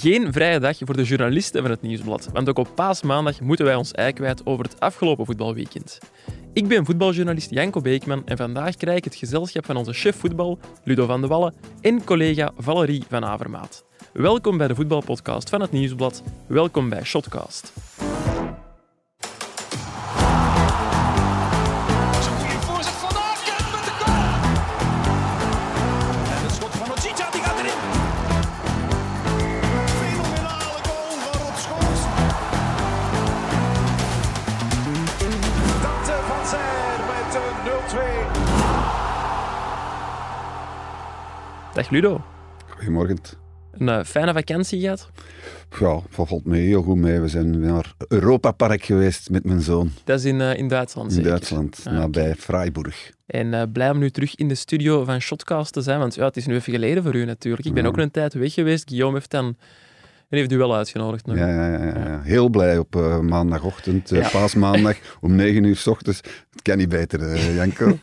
geen vrije dag voor de journalisten van het Nieuwsblad, want ook op Paasmaandag moeten wij ons ei kwijt over het afgelopen voetbalweekend. Ik ben voetbaljournalist Janko Beekman en vandaag krijg ik het gezelschap van onze chef voetbal, Ludo van de Wallen, en collega Valerie van Avermaat. Welkom bij de voetbalpodcast van het Nieuwsblad. Welkom bij Shotcast. Dag Ludo. Goedemorgen. Een fijne vakantie gehad? Ja, valt mee, heel goed mee. We zijn naar Europa Park geweest met mijn zoon. Dat is in Duitsland, in zeker? Duitsland, nabij Freiburg. En blij om nu terug in de studio van Shotcast te zijn, want ja, het is nu even geleden voor u natuurlijk. Ik ben ook een tijd weg geweest. Guillaume heeft u wel uitgenodigd. Nog. Ja. Heel blij op maandagochtend, paasmaandag, om 9:00 's ochtends. Het kan niet beter, Janko.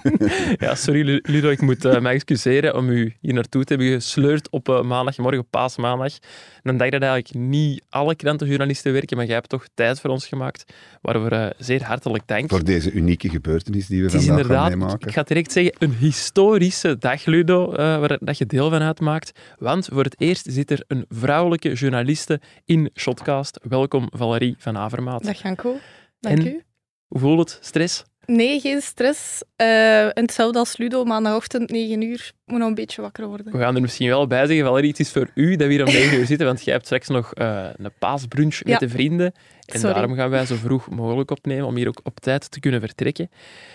Ja, sorry Ludo, ik moet mij excuseren om u hier naartoe te hebben gesleurd op maandagmorgen, paasmaandag. Een dag dat eigenlijk niet alle krantenjournalisten werken, maar jij hebt toch tijd voor ons gemaakt, waarvoor zeer hartelijk dank. Voor deze unieke gebeurtenis die we vandaag gaan meemaken. Het is inderdaad, ik ga direct zeggen, een historische dag, Ludo, waar dat je deel van uitmaakt. Want voor het eerst zit er een vrouwelijke journaliste in Shotcast. Welkom, Valerie van Avermaat. Dag Janko, dank u. Hoe voelt het? Stress? Nee, geen stress. En hetzelfde als Ludo, maandagochtend 9:00, moet nog een beetje wakker worden. We gaan er misschien wel bij zeggen, Valerie, het is voor u dat we hier om 9:00 zitten, want jij hebt straks nog een paasbrunch met de vrienden. En daarom gaan wij zo vroeg mogelijk opnemen, om hier ook op tijd te kunnen vertrekken.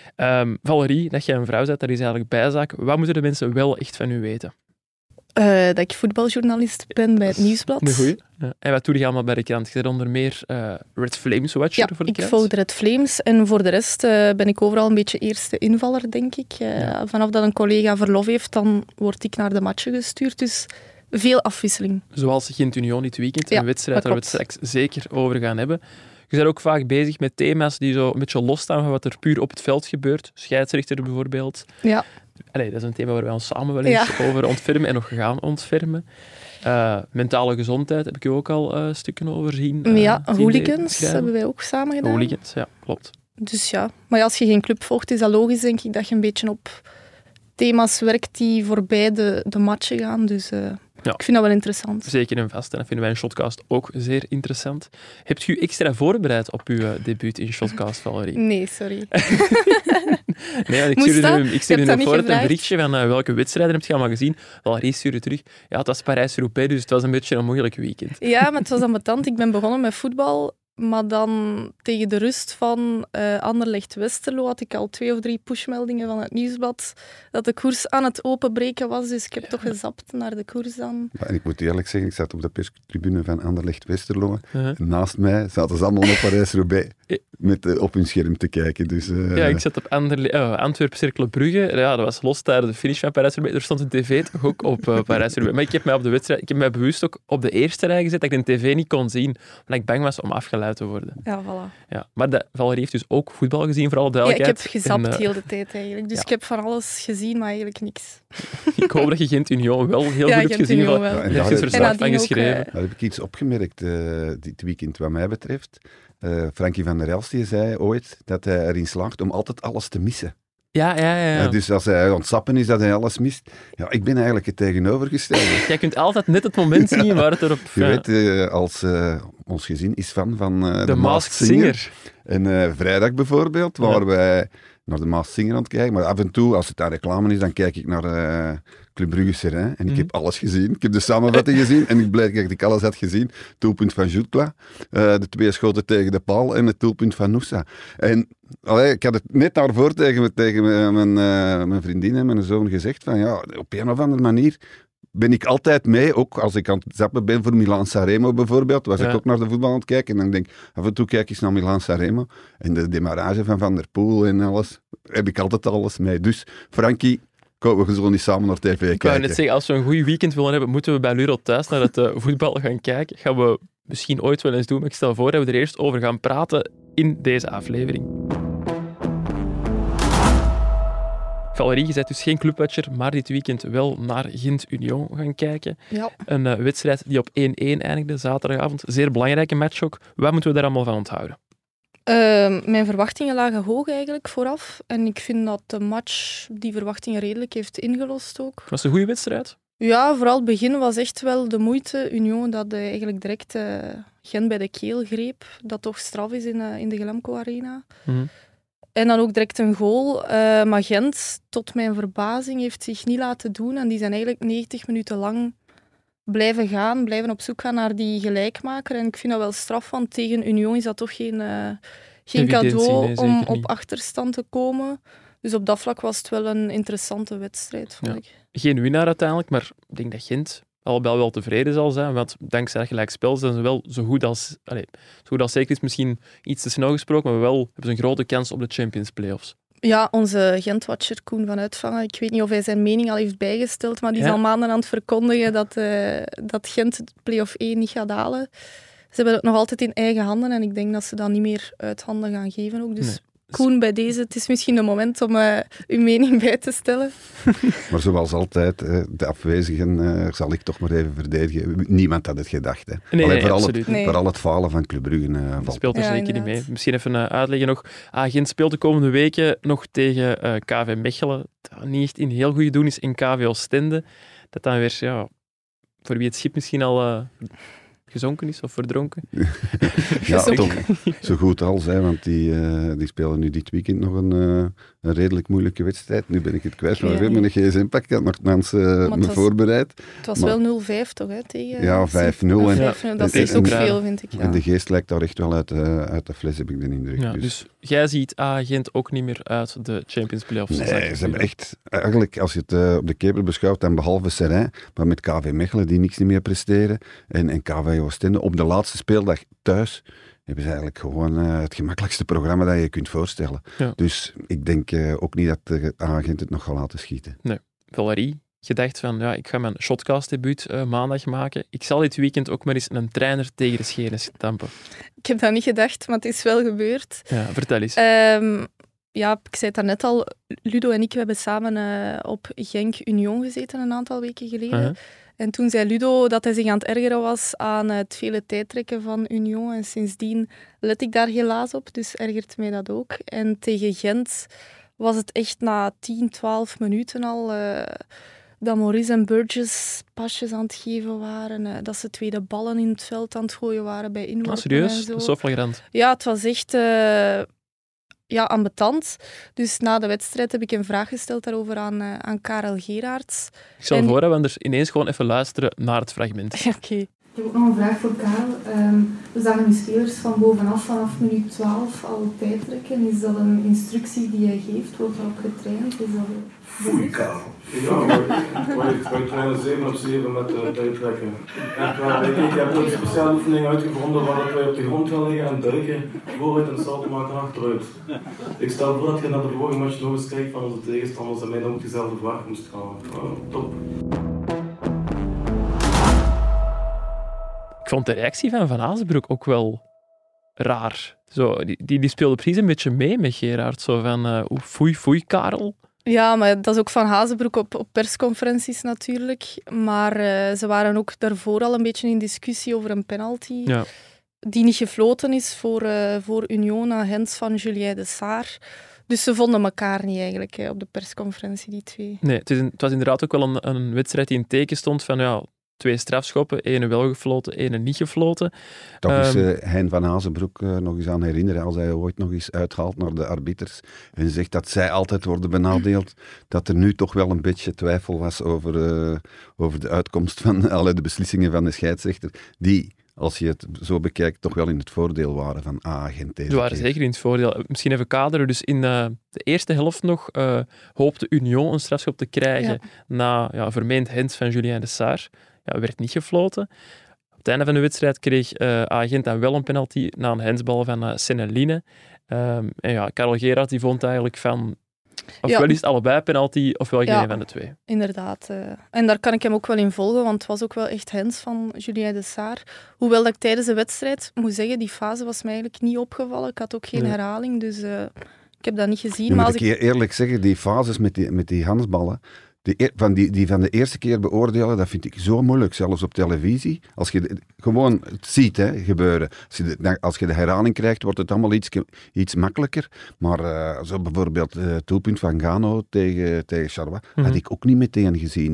Valerie, dat jij een vrouw bent, dat is eigenlijk bijzaak. Wat moeten de mensen wel echt van u weten? Dat ik voetbaljournalist ben bij het Nieuwsblad. Een goeie. Ja. En wat doe je allemaal bij de krant? Je bent onder meer Red Flames watcher voor de krant? Ik volg de Red Flames en voor de rest ben ik overal een beetje eerste invaller, denk ik. Vanaf dat een collega verlof heeft, dan word ik naar de matchen gestuurd. Dus veel afwisseling. Zoals Gent-Union dit weekend, een wedstrijd waar we het straks zeker over gaan hebben. Je bent ook vaak bezig met thema's die zo een beetje losstaan van wat er puur op het veld gebeurt. Scheidsrechter bijvoorbeeld. Ja. Dat is een thema waar wij ons samen wel eens over ontfermen en nog gaan ontfermen. Mentale gezondheid heb ik u ook al stukken over zien. Hooligans hebben wij ook samen gedaan. Hooligans, ja, klopt. Dus ja, maar als je geen club volgt, is dat logisch, denk ik, dat je een beetje op thema's werkt die voorbij de matchen gaan. Dus ik vind dat wel interessant. Zeker en vast. En dat vinden wij in Shotcast ook zeer interessant. Hebt u extra voorbereid op uw debuut in Shotcast, Valerie? Nee, sorry. Nee, ik stuurde nu voor het een berichtje van welke wedstrijden heb je allemaal gezien. Valerie stuurde terug. Ja, het was Parijs-Roubaix, dus het was een beetje een moeilijk weekend. Ja, maar het was ambetant. Ik ben begonnen met voetbal, maar dan tegen de rust van Anderlecht-Westerlo had ik al 2 of 3 pushmeldingen van het Nieuwsblad dat de koers aan het openbreken was, dus ik heb toch gezapt naar de koers dan. En ik moet eerlijk zeggen, ik zat op de perstribune van Anderlecht-Westerlo. En naast mij zaten ze allemaal op Parijs-Roubaix op hun scherm te kijken. Dus, ja, ik zat op Antwerp-Cercle Brugge. Ja, dat was los tijdens de finish van Parijs-Roubaix. Er stond een tv toch ook op Parijs-Roubaix. Maar ik heb mij bewust ook op de eerste rij gezet dat ik de tv niet kon zien, omdat ik bang was om afgeleid te worden. Ja, voilà. Ja, maar Valerie heeft dus ook voetbal gezien, voor alle duidelijkheid. Ja, ik heb gezapt heel de tijd eigenlijk. Dus ik heb van alles gezien, maar eigenlijk niks. Ik hoop dat je Gent-Union wel heel goed hebt gezien. Wel. Daar heb je verslag van geschreven. Daar heb ik iets opgemerkt dit weekend wat mij betreft. Frankie van der Elst zei ooit dat hij erin slaagt om altijd alles te missen. Ja. Dus als hij ontsappen is dat hij alles mist. Ja, ik ben eigenlijk het tegenovergestelde. Jij kunt altijd net het moment zien waar het erop... Je weet, ons gezin is fan van de Masked Singer. En vrijdag bijvoorbeeld, waar wij naar de Masked Singer aan het kijken. Maar af en toe, als het daar reclame is, dan kijk ik naar Club Brugge Serrain. En ik heb alles gezien. Ik heb de samenvatting gezien en ik blij dat ik alles had gezien. Doelpunt van Jutla, de 2 schoten tegen de paal en het doelpunt van Nusa. En ik had het net daarvoor tegen mijn vriendin en mijn zoon gezegd van ja, op een of andere manier ben ik altijd mee, ook als ik aan het zappen ben voor Milan-Sanremo bijvoorbeeld, was ik ook naar de voetbal aan het kijken en dan denk ik, af en toe kijk ik eens naar Milan-Sanremo en de demarrage van der Poel en alles, heb ik altijd alles mee. Dus Frankie, we zullen niet samen naar tv kijken. Ik wou net zeggen, als we een goed weekend willen hebben, moeten we bij Ludo thuis naar het voetbal gaan kijken. Gaan we misschien ooit wel eens doen, maar ik stel voor dat we er eerst over gaan praten in deze aflevering. Valerie, je bent dus geen clubwatcher, maar dit weekend wel naar Gent-Union gaan kijken. Ja. Een wedstrijd die op 1-1 eindigde, zaterdagavond. Zeer belangrijke match ook. Wat moeten we daar allemaal van onthouden? Mijn verwachtingen lagen hoog eigenlijk vooraf. En ik vind dat de match die verwachtingen redelijk heeft ingelost ook. Was het een goede wedstrijd? Ja, vooral het begin was echt wel de moeite. Union dat eigenlijk direct Gent bij de keel greep. Dat toch straf is in de Glamco Arena. Mhm. En dan ook direct een goal. Maar Gent, tot mijn verbazing, heeft zich niet laten doen. En die zijn eigenlijk 90 minuten lang blijven op zoek gaan naar die gelijkmaker. En ik vind dat wel straf, want tegen Union is dat toch geen cadeau Nee, om niet. op achterstand te komen. Dus op dat vlak was het wel een interessante wedstrijd, vond ik. Geen winnaar uiteindelijk, maar ik denk dat Gent allebei wel tevreden zal zijn, want dankzij dat gelijkspel zijn ze wel zo goed als zeker is misschien iets te snel gesproken, maar wel hebben ze een grote kans op de Champions Playoffs. Ja, onze Gent-watcher Koen van Uitvangen, ik weet niet of hij zijn mening al heeft bijgesteld, maar die is al maanden aan het verkondigen dat Gent de play-off 1 niet gaat halen. Ze hebben het nog altijd in eigen handen en ik denk dat ze dat niet meer uit handen gaan geven ook. Dus Nee. Koen, bij deze, het is misschien een moment om uw mening bij te stellen. Maar zoals altijd, de afwezigen zal ik toch maar even verdedigen. Niemand had het gedacht. Hè. Nee, vooral, absoluut niet. vooral het falen van Club Brugge Dat valt. speelt er Ja, zeker niet mee. inderdaad. Misschien even uitleggen nog. Gent speelt de komende weken nog tegen KV Mechelen. Dat niet echt in heel goede doen is in KV Oostende. Dat dan weer, voor wie het schip misschien al gezonken is of verdronken. Ja, toch zo goed als, hè, want die spelen nu dit weekend nog een redelijk moeilijke wedstrijd. Nu ben ik het kwijt, maar we hebben een gsm-pak, ik had nogthans me voorbereid. Het was Maar- wel 0-5 toch, hè? Tegen, Ja, 5-0. Of En, 5-0, dat en- is ook en- veel, vind ik. Ja. en de geest lijkt daar echt wel uit de fles, heb ik de indruk. Ja, dus jij ziet Gent ook niet meer uit de Champions Playoffs. Nee, ze hebben echt, eigenlijk, als je het op de keper beschouwt, dan behalve Serijn, maar met KV Mechelen, die niks niet meer presteren, en KV Oostende, op de laatste speeldag thuis, hebben ze eigenlijk gewoon het gemakkelijkste programma dat je kunt voorstellen. Ja. Dus ik denk ook niet dat de Gent het nog gaat laten schieten. Valerie, je dacht van, ik ga mijn shotcast-debuut maandag maken. Ik zal dit weekend ook maar eens een trainer tegen de schenen stampen. Ik heb dat niet gedacht, maar het is wel gebeurd. Ja, vertel eens. Ja, ik zei het daarnet al, Ludo en ik we hebben samen op Genk Union gezeten een aantal weken geleden. Uh-huh. En toen zei Ludo dat hij zich aan het ergeren was aan het vele tijdrekken van Union. En sindsdien let ik daar helaas op, dus ergert mij dat ook. En tegen Gent was het echt na 10, 12 minuten al dat Maurice en Burgess pasjes aan het geven waren. Dat ze tweede ballen in het veld aan het gooien waren bij inworpen en Serieus? zo. Zo flagrant. Ja, het was echt ambetant. Dus na de wedstrijd heb ik een vraag gesteld daarover aan Karel Geraerts. Ik stel En- voor dat we anders ineens gewoon even luisteren naar het fragment. Oké. Ik heb ook nog een vraag voor Karel. We zagen die spelers van bovenaf vanaf minuut 12 al tijdrekken. Is dat een instructie die jij geeft? Wordt daarop getraind? Is dat Foei, Karel. Ja, wij trainen 7 op 7 met tijdrekken. Echt waar. Ik heb een speciale oefening uitgevonden waar wij op de grond gaan liggen en duiken, vooruit en salto maken achteruit. Ik stel voor dat je naar de vorige match nog eens kijkt van onze tegenstanders en mij dan ook diezelfde vraag moest gaan. Top. Ik vond de reactie van Van Azenbroek ook wel raar. Zo, die speelde precies een beetje mee met Gerard. Zo van, foei, Karel. Ja, maar dat is ook Van Hazenbroek op persconferenties natuurlijk. Maar ze waren ook daarvoor al een beetje in discussie over een penalty. Ja. Die niet gefloten is voor Union aan hands van Julien de Saar. Dus ze vonden elkaar niet eigenlijk op de persconferentie, die twee. Nee, het was inderdaad ook wel een wedstrijd die in teken stond van 2 strafschoppen, 1 wel gefloten, 1 niet gefloten. Toch is Hein van Azenbroek nog eens aan herinneren, als hij ooit nog eens uithaalt naar de arbiters en zegt dat zij altijd worden benadeeld, dat er nu toch wel een beetje twijfel was over de uitkomst van de beslissingen van de scheidsrechter, die, als je het zo bekijkt, toch wel in het voordeel waren van Gent deze Ze waren keer. zeker in het voordeel. Misschien even kaderen. Dus in de eerste helft nog hoopte Union een strafschop te krijgen na vermeend hands van Julien de Saar. Ja, werd niet gefloten. Op het einde van de wedstrijd kreeg Gent dan wel een penalty na een handsbal van Seneline. En Karel Geraerts die vond eigenlijk van ofwel is het allebei penalty, ofwel geen van de twee. Inderdaad. En daar kan ik hem ook wel in volgen, want het was ook wel echt hands van Julien de Saar. Hoewel dat ik tijdens de wedstrijd moet zeggen, die fase was mij eigenlijk niet opgevallen. Ik had ook geen herhaling, dus ik Ik heb dat niet gezien. Nu maar moet als ik eerlijk zeggen, die fases met die handsballen, die van de eerste keer beoordelen, dat vind ik zo moeilijk, zelfs op televisie. Als je gewoon het ziet gebeuren. Als je de herhaling krijgt, wordt het allemaal iets makkelijker. Maar zo bijvoorbeeld het doelpunt van Gano tegen Charleroi, had ik ook niet meteen gezien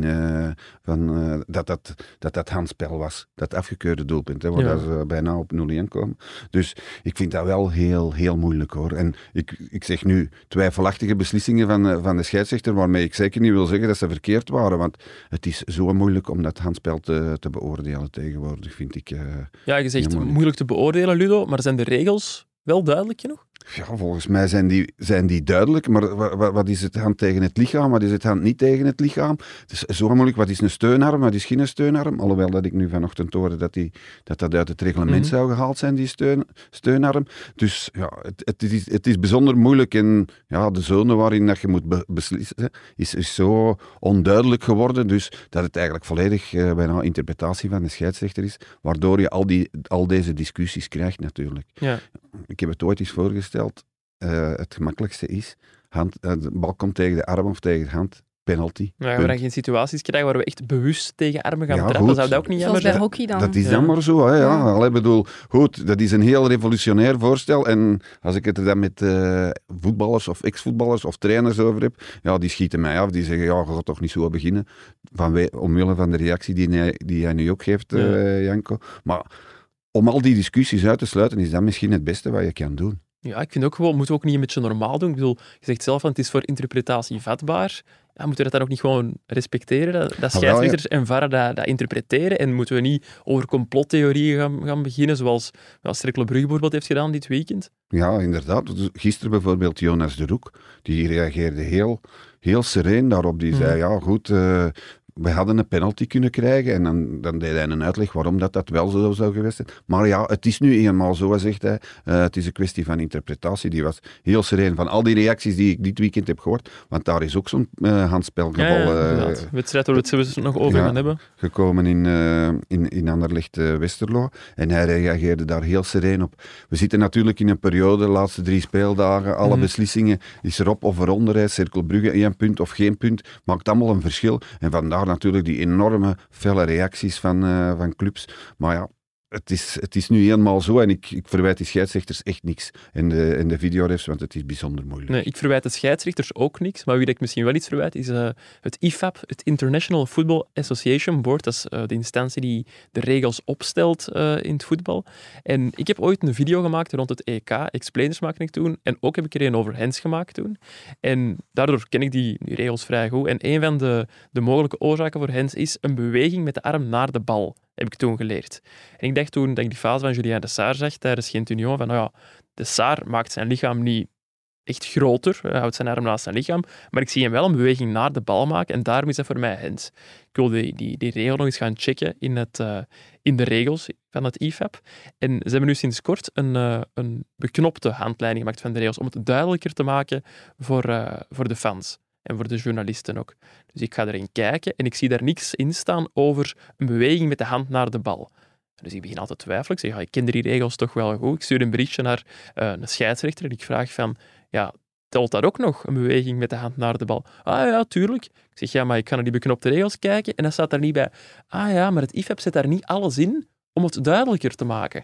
dat handspel was. Dat afgekeurde doelpunt, waar ze bijna op 0-1 komen. Dus ik vind dat wel heel, heel moeilijk, hoor. En ik zeg nu twijfelachtige beslissingen van de scheidsrechter, waarmee ik zeker niet wil zeggen dat ze verkeerd waren, want het is zo moeilijk om dat handspel te beoordelen tegenwoordig, vind ik. Ja, je zegt moeilijk te beoordelen, Ludo, maar zijn de regels wel duidelijk genoeg? Ja, volgens mij zijn die duidelijk, maar wat is het hand tegen het lichaam, wat is het hand niet tegen het lichaam? Het is zo moeilijk, wat is een steunarm, wat is geen steunarm? Alhoewel dat ik nu vanochtend hoorde dat uit het reglement zou gehaald zijn, die steunarm. Dus ja, het is bijzonder moeilijk en ja, de zone waarin dat je moet beslissen is zo onduidelijk geworden, dus dat het eigenlijk volledig bijna interpretatie van de scheidsrechter is, waardoor je al deze discussies krijgt natuurlijk. Ja. Ik heb het ooit eens voorgesteld. Het gemakkelijkste is, de bal komt tegen de arm of tegen de hand, penalty. Ja, we dan geen situaties krijgen waar we echt bewust tegen armen gaan trappen. Goed. Zou dat ook niet jammer Zoals bij zijn? hockey dan. Dat is dan maar zo. Hè, ja. Allee, bedoel, goed, dat is een heel revolutionair voorstel. En als ik het er dan met voetballers of ex-voetballers of trainers over heb, ja, die schieten mij af. Die zeggen, ja, je gaat toch niet zo beginnen. Omwille van de reactie die jij nu ook geeft, Janko. Maar om al die discussies uit te sluiten, is dat misschien het beste wat je kan doen. Ja, ik vind ook gewoon, moeten we ook niet een beetje normaal doen. Ik bedoel, je zegt zelf, van het is voor interpretatie vatbaar. Ja, moeten we dat dan ook niet gewoon respecteren? Dat scheidsrechters en VAR dat interpreteren? En moeten we niet over complottheorieën gaan beginnen, zoals Cercle Brugge bijvoorbeeld heeft gedaan dit weekend? Ja, inderdaad. Gisteren bijvoorbeeld Jonas de Roek, die reageerde heel, heel sereen daarop. Die zei, ja goed, we hadden een penalty kunnen krijgen en dan deed hij een uitleg waarom dat wel zo zou geweest zijn. Maar ja, het is nu eenmaal zo, zegt hij. Het is een kwestie van interpretatie. Die was heel sereen van al die reacties die ik dit weekend heb gehoord, want daar is ook zo'n handspelgeval. Wedstrijd waar we het nog over gaan hebben. Gekomen in Anderlecht-Westerlo. En hij reageerde daar heel sereen op. We zitten natuurlijk in een periode, de laatste 3 speeldagen, alle beslissingen is erop of eronder. Cercle Brugge 1 punt of geen punt, maakt allemaal een verschil. En vandaar natuurlijk die enorme felle reacties van clubs. Maar ja, het is nu eenmaal zo en ik verwijt die scheidsrechters echt niks. En de videorefs, want het is bijzonder moeilijk. Nee, ik verwijt de scheidsrechters ook niks, maar wie ik misschien wel iets verwijt, is het IFAB, het International Football Association Board. Dat is de instantie die de regels opstelt in het voetbal. En ik heb ooit een video gemaakt rond het EK, Explainers maakte ik toen, en ook heb ik er een over hands gemaakt toen. En daardoor ken ik die regels vrij goed. En een van de mogelijke oorzaken voor hands is een beweging met de arm naar de bal. Heb ik toen geleerd. En ik dacht toen dat ik die fase van Julien Dessart zag tijdens Gent-Union, van nou ja, Dessart maakt zijn lichaam niet echt groter, hij houdt zijn arm naast zijn lichaam, maar ik zie hem wel een beweging naar de bal maken en daarom is dat voor mij hands. Ik wil die regel nog eens gaan checken in de regels van het IFAB. En ze hebben nu sinds kort een beknopte handleiding gemaakt van de regels, om het duidelijker te maken voor de fans. En voor de journalisten ook. Dus ik ga erin kijken en ik zie daar niks in staan over een beweging met de hand naar de bal. Dus ik begin altijd te twijfelen. Ik zeg, ik ken die regels toch wel goed. Ik stuur een berichtje naar een scheidsrechter en ik vraag van, ja, telt dat ook nog, een beweging met de hand naar de bal? Ah ja, tuurlijk. Ik zeg, ja, maar ik ga naar die beknopte regels kijken en dan staat daar niet bij. Ah ja, maar het IFAB zet daar niet alles in om het duidelijker te maken.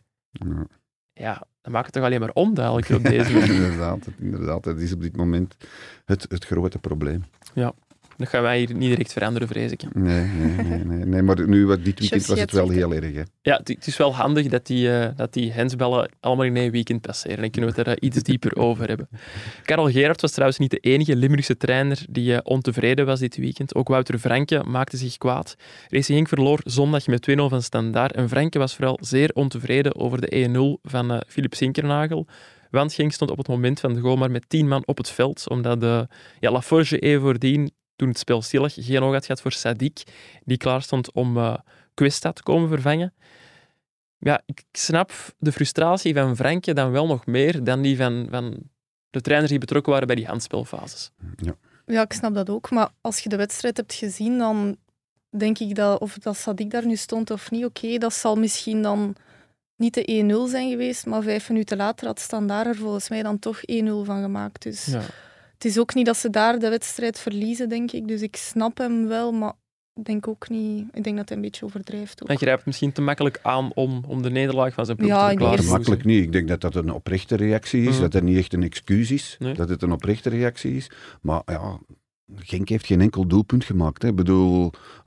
Ja, dan maakt het toch alleen maar onduidelijker op deze manier. Inderdaad, dat is op dit moment het grote probleem. Ja, dat gaan wij hier niet direct veranderen, vrees ik. Nee, maar nu, dit weekend was het wel heel erg. Hè. Ja, het is wel handig dat die handsballen allemaal in 1 weekend passeren. Dan kunnen we het er iets dieper over hebben. Karel Gerards was trouwens niet de enige Limburgse trainer die ontevreden was dit weekend. Ook Wouter Franke maakte zich kwaad. Racing Genk verloor zondag met 2-0 van Standaard. En Franke was vooral zeer ontevreden over de 1-0 van Philip Sinkernagel. Want Genk stond op het moment van de goal maar met 10 man op het veld, omdat Laforge even voordien, toen het spel stil lag, geen oog had gehad voor Sadiq, die klaar stond om Cuesta te komen vervangen. Ja, ik snap de frustratie van Franke dan wel nog meer dan die van de trainers die betrokken waren bij die handspelfases. Ja, ik snap dat ook. Maar als je de wedstrijd hebt gezien, dan denk ik dat, of dat Sadiq daar nu stond of niet, oké, dat zal misschien dan niet de 1-0 zijn geweest, maar 5 minuten later had Standaard er volgens mij dan toch 1-0 van gemaakt. Dus het is ook niet dat ze daar de wedstrijd verliezen, denk ik. Dus ik snap hem wel, maar ik denk ook niet... Ik denk dat hij een beetje overdrijft ook. En grijpt misschien te makkelijk aan om de nederlaag van zijn ploeg te verklaren. Makkelijk niet. Ik denk dat dat een oprechte reactie is, dat het niet echt een excuus is, dat het een oprechte reactie is. Maar ja, Genk heeft geen enkel doelpunt gemaakt. Hè. Ik bedoel,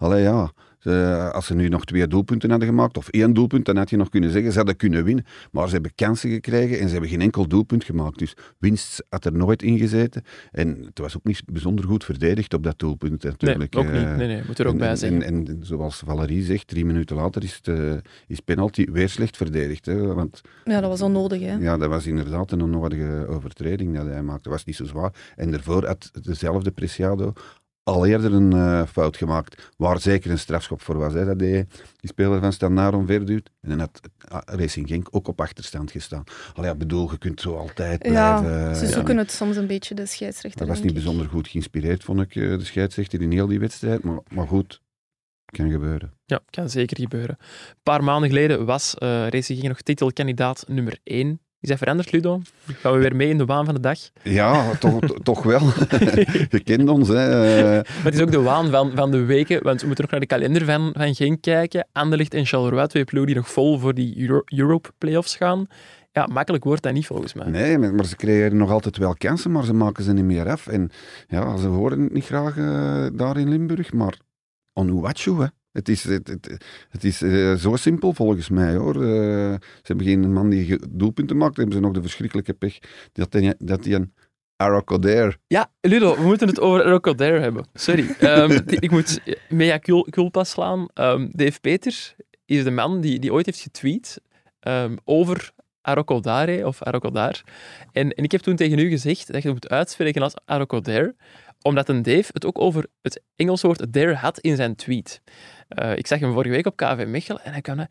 als ze nu nog 2 doelpunten hadden gemaakt, of 1 doelpunt, dan had je nog kunnen zeggen, ze hadden kunnen winnen. Maar ze hebben kansen gekregen en ze hebben geen enkel doelpunt gemaakt. Dus winst had er nooit in gezeten. En het was ook niet bijzonder goed verdedigd op dat doelpunt, natuurlijk. Nee, ook niet. Nee, moet er ook bij zeggen. En zoals Valerie zegt, 3 minuten later is penalty weer slecht verdedigd. Hè, want, ja, dat was onnodig. Hè? Ja, dat was inderdaad een onnodige overtreding dat hij maakte. Dat was niet zo zwaar. En daarvoor had dezelfde Preciado al eerder een fout gemaakt, waar zeker een strafschop voor was. Hè, dat die speler van Standaard omverduwt. En dan had Racing Genk ook op achterstand gestaan. Allee, ik bedoel, je kunt zo altijd blijven... Ze zoeken het soms een beetje, de scheidsrechter. Dat was niet bijzonder goed geïnspireerd, vond ik, de scheidsrechter in heel die wedstrijd. Maar goed, kan gebeuren. Ja, kan zeker gebeuren. Een paar maanden geleden was Racing Genk nog titelkandidaat nummer 1. Is dat veranderd, Ludo? Gaan we weer mee in de waan van de dag? Ja, toch wel. Je kent ons. Hè. Maar het is ook de waan van de weken, want we moeten nog naar de kalender van Genk kijken. Anderlecht en Charleroi, 2 ploegen die nog vol voor die Europe-playoffs gaan. Ja, makkelijk wordt dat niet, volgens mij. Nee, maar ze creëren nog altijd wel kansen, maar ze maken ze niet meer af. En ja, ze horen het niet graag daar in Limburg, maar Onuachu, hè. Het is zo simpel volgens mij, hoor. Ze hebben geen man die doelpunten maakt. Dan hebben ze nog de verschrikkelijke pech dat die een Arakodair... Ja, Ludo, we moeten het over Arakodair hebben. Sorry. Ik moet mea culpa slaan. Dave Peters is de man die ooit heeft getweet over Arakodare of Arakodair. En ik heb toen tegen u gezegd dat je het moet uitspreken als Arakodair, omdat een Dave het ook over het Engelse woord dare had in zijn tweet. Ik zag hem vorige week op KV Mechelen en hij kwam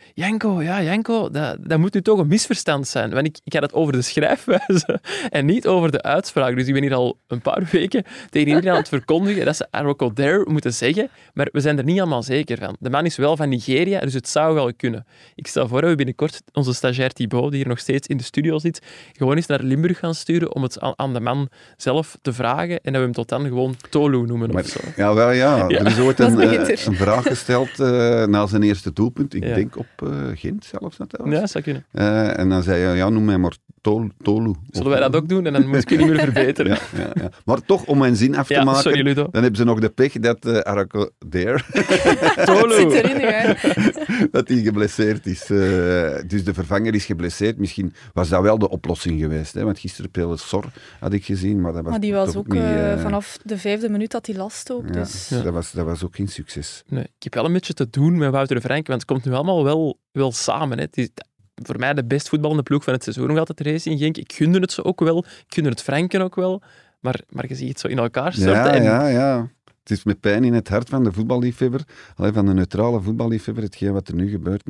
Janko, dat moet nu toch een misverstand zijn. Want ik had het over de schrijfwijze en niet over de uitspraak. Dus ik ben hier al een paar weken tegen iedereen aan het verkondigen dat ze Arakodair moeten zeggen, maar we zijn er niet allemaal zeker van. De man is wel van Nigeria, dus het zou wel kunnen. Ik stel voor dat we binnenkort onze stagiair Thibaut, die hier nog steeds in de studio zit, gewoon eens naar Limburg gaan sturen om het aan de man zelf te vragen en dat we hem tot dan gewoon Tolu noemen of zo. Ja. Er is ooit een vraag gesteld na zijn eerste doelpunt. Ik denk op Gent zelfs. Dat was. Ja, dat zou kunnen. En dan zei hij, noem mij maar Tolu. Zullen wij dat ook doen? En dan moet ik je niet meer verbeteren. Ja. Maar toch, om mijn zin af te maken, sorry, Ludo. Dan hebben ze nog de pech dat Arakodair Tolu. Zit erin, hè? dat hij geblesseerd is. Dus de vervanger is geblesseerd. Misschien was dat wel de oplossing geweest. Hè? Want gisteren speelde Sor, had ik gezien. Maar die was ook niet, vanaf de 5e minuut had hij last ook. Dus. Ja. Dat was ook geen succes. Nee, ik heb wel een beetje te doen met Wouter de Frank, want het komt nu allemaal wel samen. Hè. Het is voor mij de best voetballende ploeg van het seizoen nog altijd de Racing Genk. Ik gunde het ze ook wel. Ik gunde het Franken ook wel. Maar je ziet het zo in elkaar storten. Ja. Het is met pijn in het hart van de voetballiefhebber, van de neutrale voetballiefhebber, hetgeen wat er nu gebeurt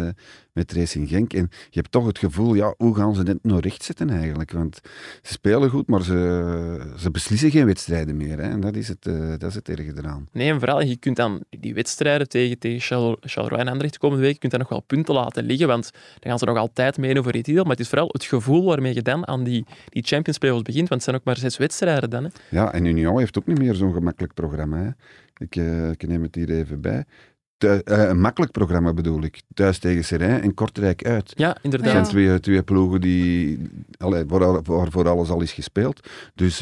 met Racing Genk. En je hebt toch het gevoel, hoe gaan ze dit nou rechtzetten eigenlijk? Want ze spelen goed, maar ze beslissen geen wedstrijden meer. Hè? En dat is het erge eraan. Nee, en vooral, je kunt dan die wedstrijden tegen Charleroi en Anderlecht de komende week, je kunt dan nog wel punten laten liggen, want dan gaan ze nog altijd meedoen voor die titel. Maar het is vooral het gevoel waarmee je dan aan die Champions Playoffs begint, want het zijn ook maar 6 wedstrijden dan. Hè? Ja, en Union heeft ook niet meer zo'n gemakkelijk programma. Ik neem het hier even bij. Een makkelijk programma bedoel ik. Thuis tegen Serijn en Kortrijk uit. Ja, inderdaad. Het zijn twee ploegen waarvoor alles al is gespeeld. Dus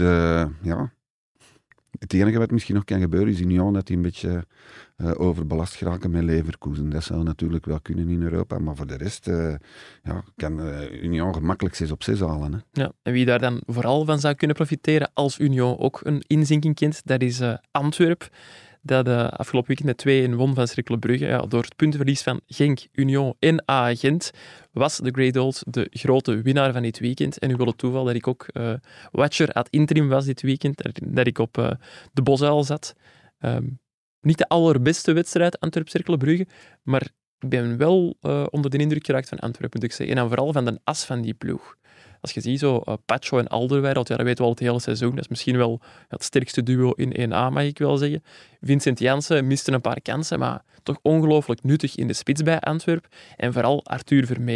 het enige wat misschien nog kan gebeuren is Union dat die een beetje overbelast geraken met Leverkusen. Dat zou natuurlijk wel kunnen in Europa. Maar voor de rest kan Union gemakkelijk 6-op-6 halen. Hè. Ja, en wie daar dan vooral van zou kunnen profiteren als Union ook een inzinking kent, dat is Antwerpen. Dat afgelopen weekend met 2-1 won van Cercle Brugge. Ja, door het puntenverlies van Genk, Union en Gent was de Grey Dolls de grote winnaar van dit weekend. En nu wil het toeval dat ik ook watcher ad interim was dit weekend, dat ik op de Bosuil zat. Niet de allerbeste wedstrijd, Antwerp-Cercle Brugge, maar ik ben wel onder de indruk geraakt van Antwerpen, moet ik zeggen. En dan vooral van de as van die ploeg. Als je ziet, zo Pacho en Alderweireld, dat weten we al het hele seizoen. Dat is misschien wel het sterkste duo in 1A, mag ik wel zeggen. Vincent Janssen miste een paar kansen, maar toch ongelooflijk nuttig in de spits bij Antwerpen. En vooral Arthur Vermeeren.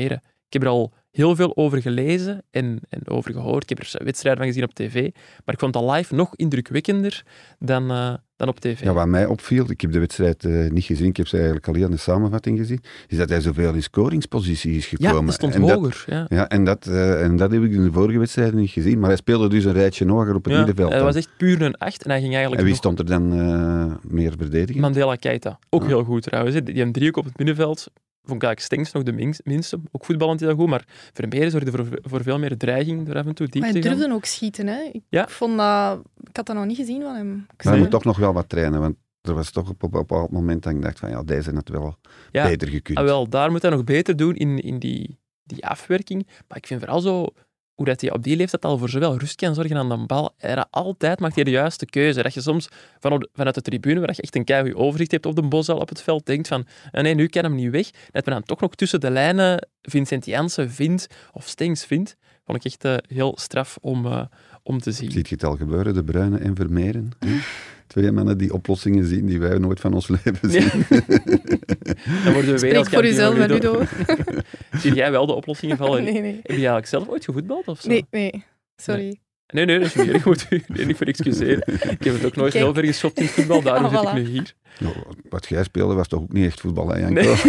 Ik heb er al heel veel over gelezen en over gehoord. Ik heb er wedstrijden van gezien op tv. Maar ik vond dat live nog indrukwekkender dan op tv. Ja, wat mij opviel, ik heb de wedstrijd niet gezien, ik heb ze eigenlijk alleen aan de samenvatting gezien, is dat hij zoveel in scoringspositie is gekomen. Ja, dat stond en hoger. En dat heb ik in de vorige wedstrijden niet gezien. Maar hij speelde dus een rijtje hoger op het middenveld. Hij was echt puur een 8 en hij ging eigenlijk. En wie stond er dan meer verdedigen? Mandela Keita. Ook heel goed trouwens. Hè. Die hebben 3 ook op het middenveld. Vond ik eigenlijk Stengs nog de minste. Ook voetballend heel goed, maar Vermeer zorgde voor veel meer dreiging door af en toe diep Maar te hij gaan. durfde ook schieten, hè. Ik had dat nog niet gezien van hem. Maar hij moet toch nog wel wat trainen, want er was toch op een bepaald moment dat ik dacht van deze had wel beter gekund. Wel, daar moet hij nog beter doen in die afwerking. Maar ik vind vooral zo hoe dat hij op die leeftijd al voor zoveel rust kan zorgen aan de bal. Altijd maakt hij de juiste keuze. Dat je soms vanuit de tribune, waar je echt een keigoed overzicht hebt op de bosal op het veld, denkt van, nee, nu kan hem niet weg. Dat men dan toch nog tussen de lijnen Vincent Janssen vindt, of Stengs vindt, vond ik echt heel straf om te zien. Ziet je het al gebeuren, De Bruyne en Vermeeren? Twee mannen die oplossingen zien die wij nooit van ons leven zien. Ja. Dan worden we Spreek voor jezelf, Ludo. Zie jij wel de oplossingen vallen? Nee. Heb je eigenlijk zelf ooit gevoetbald of zo? Nee. Sorry. Nee, dat is niet erg. Moet u niet voor excuseren. Ik heb het ook nooit heel ver geschopt in het voetbal, daarom zit ik nu hier. Nou, wat jij speelde was toch ook niet echt voetbal, hè, Janko? Nee.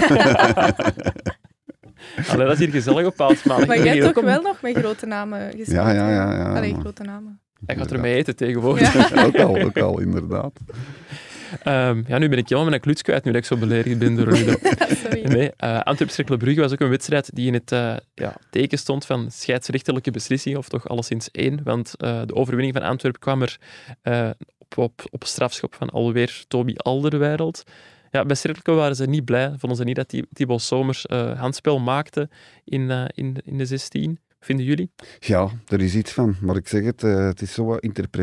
Allee, dat is hier gezellig op Paalsmaandag. Maar jij hebt toch wel nog met grote namen gespeeld? Ja. Allee, grote namen. Hij gaat ermee eten tegenwoordig. Ja. ook al, inderdaad. Nu ben ik helemaal mijn kluts kwijt, nu dat ik zo beledigd ben door Ludo. Sorry. Nee, Antwerp-Cercle Brugge was ook een wedstrijd die in het teken stond van scheidsrechterlijke beslissing, of toch alleszins 1, want de overwinning van Antwerp kwam er op strafschop van alweer Toby Alderweireld. Ja, bij Cercle waren ze niet blij, vonden ze niet dat Thibaut Somers handspel maakte in de 16. Vinden jullie? Ja, er is iets van. Maar ik zeg het is zo wat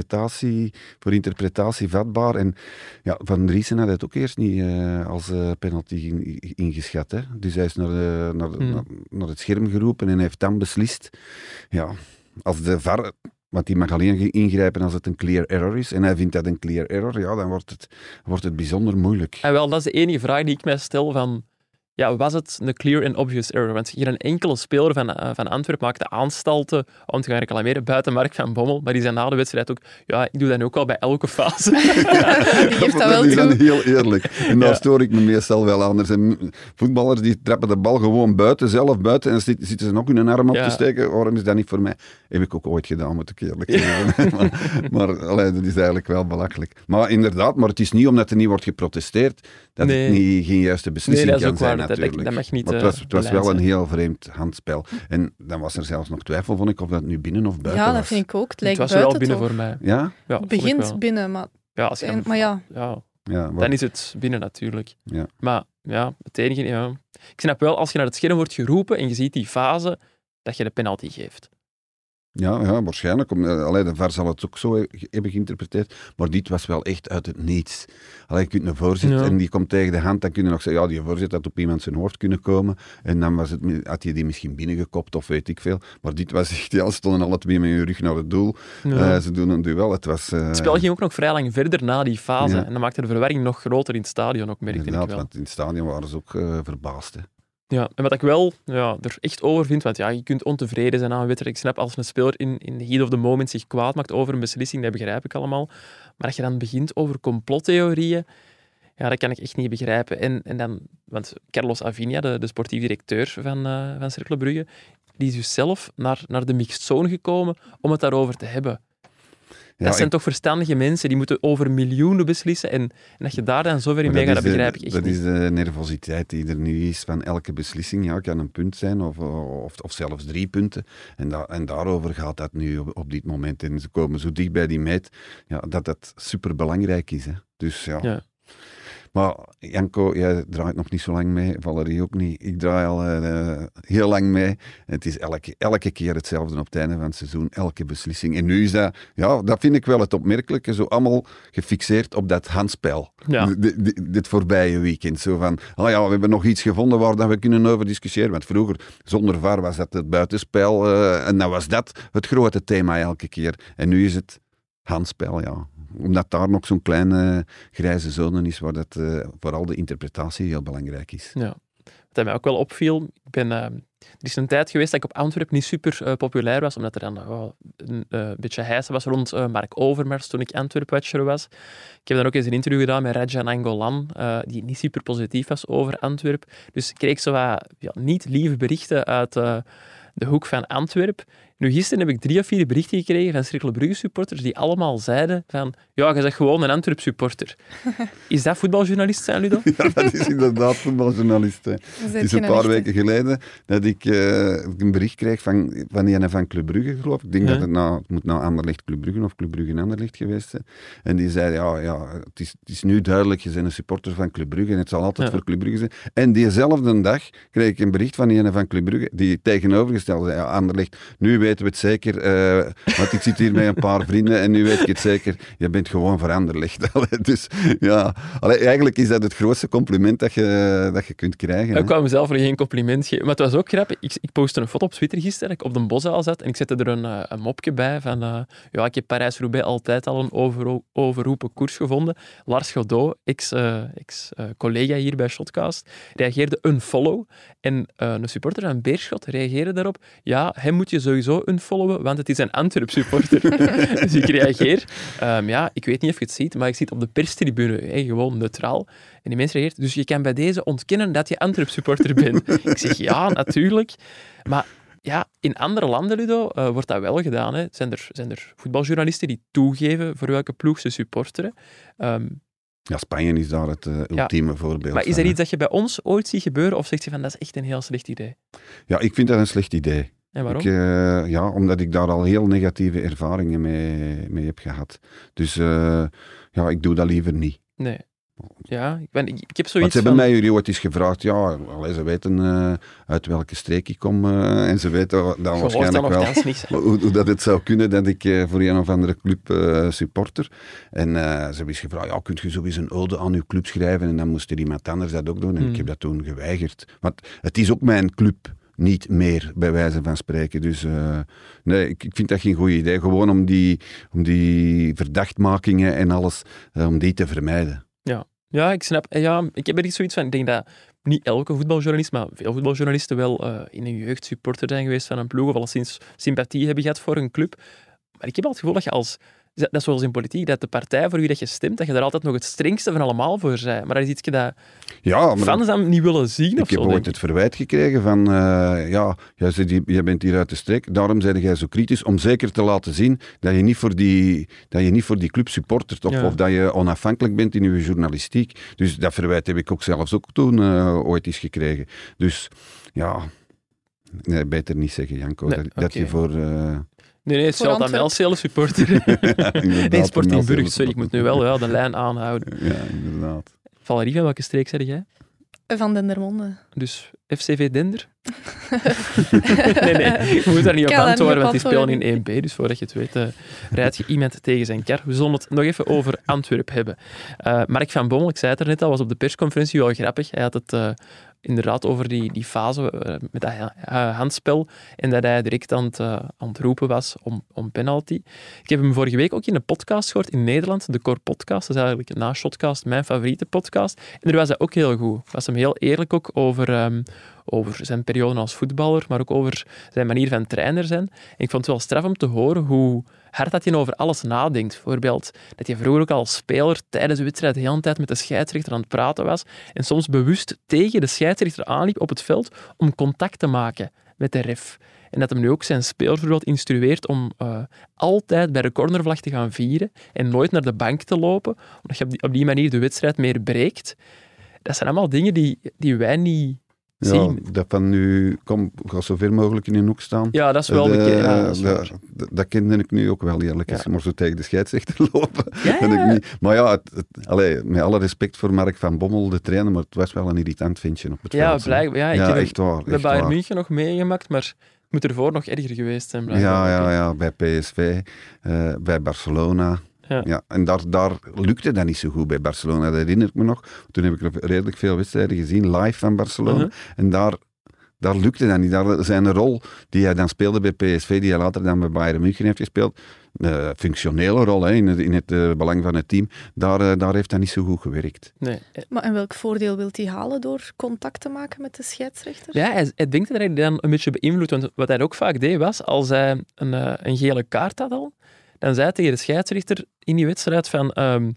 voor interpretatie vatbaar. En ja, Van Driessen had het ook eerst niet als penalty ingeschat. Hè. Dus hij is naar het scherm geroepen en heeft dan beslist. Ja, als de VAR... Want die mag alleen ingrijpen als het een clear error is. En hij vindt dat een clear error. Ja, dan wordt het bijzonder moeilijk. En wel, dat is de enige vraag die ik mij stel van... Ja, was het een clear and obvious error? Want hier een enkele speler van Antwerp maakte aanstalten om te gaan reclameren buiten Mark van Bommel. Maar die zei na de wedstrijd ook... Ja, ik doe dat nu ook al bij elke fase. Die heeft dat wel Die zijn toe. heel eerlijk. En daar stoor ik me meestal wel aan. Er zijn voetballers die trappen de bal gewoon zelf buiten. En zitten ze nog hun arm op te steken. Waarom is dat niet voor mij? Heb ik ook ooit gedaan, moet ik eerlijk zeggen. maar dat is eigenlijk wel belachelijk. Maar inderdaad, maar het is niet omdat er niet wordt geprotesteerd dat het geen juiste beslissing kan zijn, natuurlijk. Dat mag niet, maar het was wel een heel vreemd handspel. En dan was er zelfs nog twijfel, vond ik, of dat nu binnen of buiten was. Ja, dat vind ik ook. Het lijkt was buiten wel binnen toch? voor mij. Ja? Ja, Het begint binnen, maar... Ja, als je maar ja. Dan is het binnen natuurlijk. Ja. Maar ja, het enige... Ja. Ik snap wel, als je naar het scherm wordt geroepen en je ziet die fase, dat je de penalty geeft. Ja, waarschijnlijk. De VAR zal het ook zo hebben geïnterpreteerd. Maar dit was wel echt uit het niets. Je kunt een voorzet en die komt tegen de hand. Dan kun je nog zeggen, ja, die voorzet had op iemand zijn hoofd kunnen komen. En dan had je die misschien binnengekopt of weet ik veel. Maar dit was echt, ze stonden alle twee met hun rug naar het doel. Ja. Ze doen een duel. Het spel ging ook nog vrij lang verder na die fase. En dan maakte de verwarring nog groter in het stadion ook, merkte ik wel. Want in het stadion waren ze ook verbaasd. Hè. Ja, en wat ik wel er echt over vind, want je kunt ontevreden zijn aan een wedstrijd. Ik snap als een speler in the heat of the moment zich kwaad maakt over een beslissing, dat begrijp ik allemaal. Maar als je dan begint over complottheorieën, dat kan ik echt niet begrijpen. En dan, want Carlos Avinia, de sportief directeur van Cercle Brugge, die is dus zelf naar de mixed zone gekomen om het daarover te hebben. Dat zijn toch verstandige mensen, die moeten over miljoenen beslissen. En dat je daar dan zover in meegaat, dat begrijp ik echt niet. Dat is de nervositeit die er nu is van elke beslissing. Ja, het kan een punt zijn of zelfs 3 punten. En daarover gaat dat nu op dit moment. En ze komen zo dicht bij die meet dat superbelangrijk is. Hè. Dus ja. Maar Janko, jij draait nog niet zo lang mee, Valerie ook niet. Ik draai al heel lang mee. En het is elke keer hetzelfde op het einde van het seizoen, elke beslissing. En nu is dat vind ik wel het opmerkelijke, zo allemaal gefixeerd op dat handspel. Ja. Dit voorbije weekend. Zo van, we hebben nog iets gevonden waar we kunnen over discussiëren. Want vroeger, zonder VAR, was dat het buitenspel. En dan was dat het grote thema elke keer. En nu is het handspel, ja. Omdat daar nog zo'n kleine grijze zone is waar dat vooral de interpretatie heel belangrijk is. Ja. dat mij ook wel opviel. Er is een tijd geweest dat ik op Antwerpen niet super populair was, omdat er dan een beetje heisa was rond Mark Overmars toen ik Antwerp-watcher was. Ik heb dan ook eens een interview gedaan met Rajan Angolan, die niet super positief was over Antwerp. Dus ik kreeg zo wat niet lieve berichten uit de hoek van Antwerp. Nu, gisteren heb ik 3 of 4 berichten gekregen van Cercle Brugge supporters die allemaal zeiden van ja, je bent gewoon een Antwerp supporter. Is dat voetbaljournalist zijn, Ludo? Ja, dat is inderdaad voetbaljournalist. Het is een paar weken geleden dat ik een bericht kreeg van een van Club Brugge, geloof ik. Ik denk dat het moet nou Anderlecht Club Brugge of Club Brugge Anderlecht geweest zijn. En die zei, het is nu duidelijk, je bent een supporter van Club Brugge en het zal altijd voor Club Brugge zijn. En diezelfde dag kreeg ik een bericht van een van Club Brugge die tegenovergesteld zei, Anderlecht, nu weten we het zeker, want ik zit hier met een paar vrienden en nu weet ik het zeker, je bent gewoon voor Anderlecht. Dus ja, eigenlijk is dat het grootste compliment dat je kunt krijgen. Ik wou mezelf nog geen compliment geven, maar het was ook grappig. Ik postte een foto op Twitter gisteren dat ik op de Boszaal zat en ik zette er een mopje bij van ik heb Parijs-Roubaix altijd al een overroepen koers gevonden. Lars Godot, ex-collega hier bij Shotcast, reageerde unfollow en een supporter van Beerschot reageerde daarop, ja, hem moet je sowieso unfollowen, want het is een Antwerp-supporter. Dus ik reageer. Ik weet niet of je het ziet, maar ik zit op de perstribune, gewoon neutraal. En die mensen reageert, dus je kan bij deze ontkennen dat je Antwerp-supporter bent. Ik zeg, ja, natuurlijk. Maar ja, in andere landen, Ludo, wordt dat wel gedaan. Hè. Zijn er voetbaljournalisten die toegeven voor welke ploeg ze supporteren. Ja, Spanje is daar het ultieme voorbeeld. Maar is er iets dat je bij ons ooit ziet gebeuren, of zegt je van, dat is echt een heel slecht idee? Ja, ik vind dat een slecht idee. En waarom? Omdat ik daar al heel negatieve ervaringen mee heb gehad. Dus ik doe dat liever niet. Nee. Ja, ik heb zoiets Want ze hebben mij jullie ooit eens gevraagd, ze weten uit welke streek ik kom en ze weten dan waarschijnlijk wel hoe dat het zou kunnen dat ik voor een of andere club supporter. En ze hebben eens gevraagd, kun je sowieso een ode aan uw club schrijven? En dan moest er iemand anders dat ook doen. En ik heb dat toen geweigerd. Want het is ook mijn club. Niet meer, bij wijze van spreken. Dus nee, ik vind dat geen goed idee. Gewoon om die verdachtmakingen en alles, om die te vermijden. Ja, ik snap. Ja, ik heb er niet zoiets van. Ik denk dat niet elke voetbaljournalist, maar veel voetbaljournalisten wel in hun jeugd supporter zijn geweest van een ploeg, of alleszins sympathie hebben gehad voor een club. Maar ik heb al het gevoel dat je als... Dat is zoals in politiek, dat de partij voor wie dat je stemt, dat je daar altijd nog het strengste van allemaal voor bent. Maar dat is iets dat fans dan niet willen zien. Ik heb ooit het verwijt gekregen van, jij bent hier uit de streek, daarom ben jij zo kritisch, om zeker te laten zien dat je niet voor die club supportert, of dat je onafhankelijk bent in je journalistiek. Dus dat verwijt heb ik ook zelfs ook toen ooit eens gekregen. Dus beter niet zeggen, Janko, dat je voor... Nee, het is altijd Melcele supporter. Nee, Sporting Brugge, sorry, ik moet nu wel de lijn aanhouden. Ja, inderdaad. Valerie, van welke streek zeg jij? Van Dendermonde. Dus FCV Dender? nee, je moet daar niet op antwoorden, want die spelen in 1B, dus voordat je het weet, rijdt je iemand tegen zijn kar. We zullen het nog even over Antwerp hebben. Mark van Bommel, ik zei het er net al, was op de persconferentie wel grappig. Hij had het inderdaad over die fase met dat handspel en dat hij direct aan het roepen was om penalty. Ik heb hem vorige week ook in een podcast gehoord in Nederland, de Core Podcast. Dat is eigenlijk na Shotcast mijn favoriete podcast. En daar was hij ook heel goed. Was hem heel eerlijk ook over zijn periode als voetballer, maar ook over zijn manier van trainer zijn. En ik vond het wel straf om te horen hoe hard dat je over alles nadenkt. Bijvoorbeeld dat je vroeger ook al als speler tijdens de wedstrijd de hele tijd met de scheidsrechter aan het praten was en soms bewust tegen de scheidsrechter aanliep op het veld om contact te maken met de ref. En dat hem nu ook zijn spelers bijvoorbeeld instrueert om altijd bij de cornervlag te gaan vieren en nooit naar de bank te lopen, omdat je op die manier de wedstrijd meer breekt. Dat zijn allemaal dingen die wij niet... Ja, dat van nu, ga zo ver mogelijk in een hoek staan. Ja, dat is wel dat kende ik nu ook wel, eerlijk. Als je maar zo tegen de scheidsrechter lopen. Ik niet. Maar ja, met alle respect voor Mark van Bommel, de trainer, maar het was wel een irritant ventje op het veld. Ja, blijkbaar. Ja, echt waar. Bij Bayern München nog meegemaakt, maar het moet ervoor nog erger geweest zijn. Ja, bij PSV, bij Barcelona... Ja, en daar lukte dat niet zo goed bij Barcelona, dat herinner ik me nog. Toen heb ik redelijk veel wedstrijden gezien, live van Barcelona. En daar daar lukte dat niet. Daar zijn rol die hij dan speelde bij PSV, die hij later dan bij Bayern München heeft gespeeld, functionele rol hè, in het belang van het team, daar heeft dat niet zo goed gewerkt. Nee. Maar en welk voordeel wil hij halen door contact te maken met de scheidsrechter? Ja, hij denkt dat hij dan een beetje beïnvloedt. Want wat hij ook vaak deed was, als hij een gele kaart had al, dan zei hij tegen de scheidsrechter in die wedstrijd van...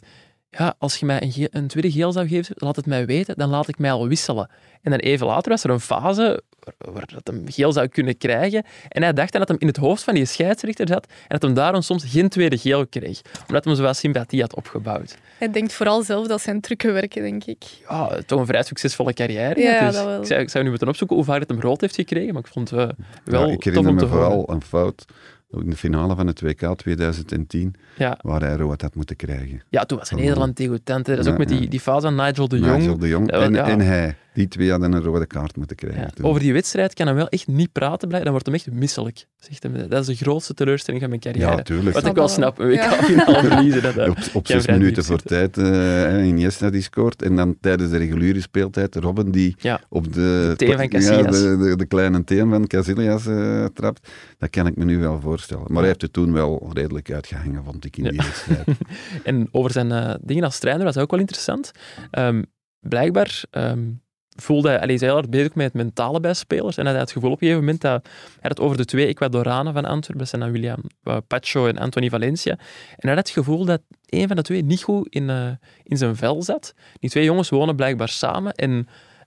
als je mij een tweede geel zou geven, laat het mij weten, dan laat ik mij al wisselen. En dan even later was er een fase waar dat hem geel zou kunnen krijgen. En hij dacht dan dat hem in het hoofd van die scheidsrechter zat en dat hem daarom soms geen tweede geel kreeg. Omdat hij zowel sympathie had opgebouwd. Hij denkt vooral zelf dat zijn trucken werken, denk ik. Ja, toch een vrij succesvolle carrière. Ja, dus dat wel. ik zou nu moeten opzoeken hoe vaak dat hem rood heeft gekregen, maar ik vond het wel ik tof herinner om me te horen. vooral een fout in de finale van het WK 2010, Ja. waar hij rood had moeten krijgen. Ja, toen was Nederland degoutant. Dat is ook met die fase van Nigel de Jong. Nigel de Jong en hij. Die twee hadden een rode kaart moeten krijgen. Ja, over die wedstrijd kan hij wel echt niet praten, dan wordt hem echt misselijk. Zegt hij. Dat is de grootste teleurstelling van mijn carrière. Ja, tuurlijk. Wat ik wel snap, een WK-finale verliezen. Op 6 minuten voor tijd Iniesta die scoort. En dan tijdens de reguliere speeltijd Robben die op de teen van Casillas. de kleine teen van Casillas trapt. Dat kan ik me nu wel voorstellen. Maar hij heeft het toen wel redelijk uitgehangen, vond ik, in die wedstrijd. En over zijn dingen als trainer was dat ook wel interessant. Blijkbaar... voelde hij is heel hard bezig met het mentale bij spelers. En hij had het gevoel op een gegeven moment dat hij het over de 2 Ecuadoranen van Antwerpen, dat zijn dan William Pacho en Anthony Valencia. En hij had het gevoel dat een van de 2 niet goed in zijn vel zat. Die 2 jongens wonen blijkbaar samen en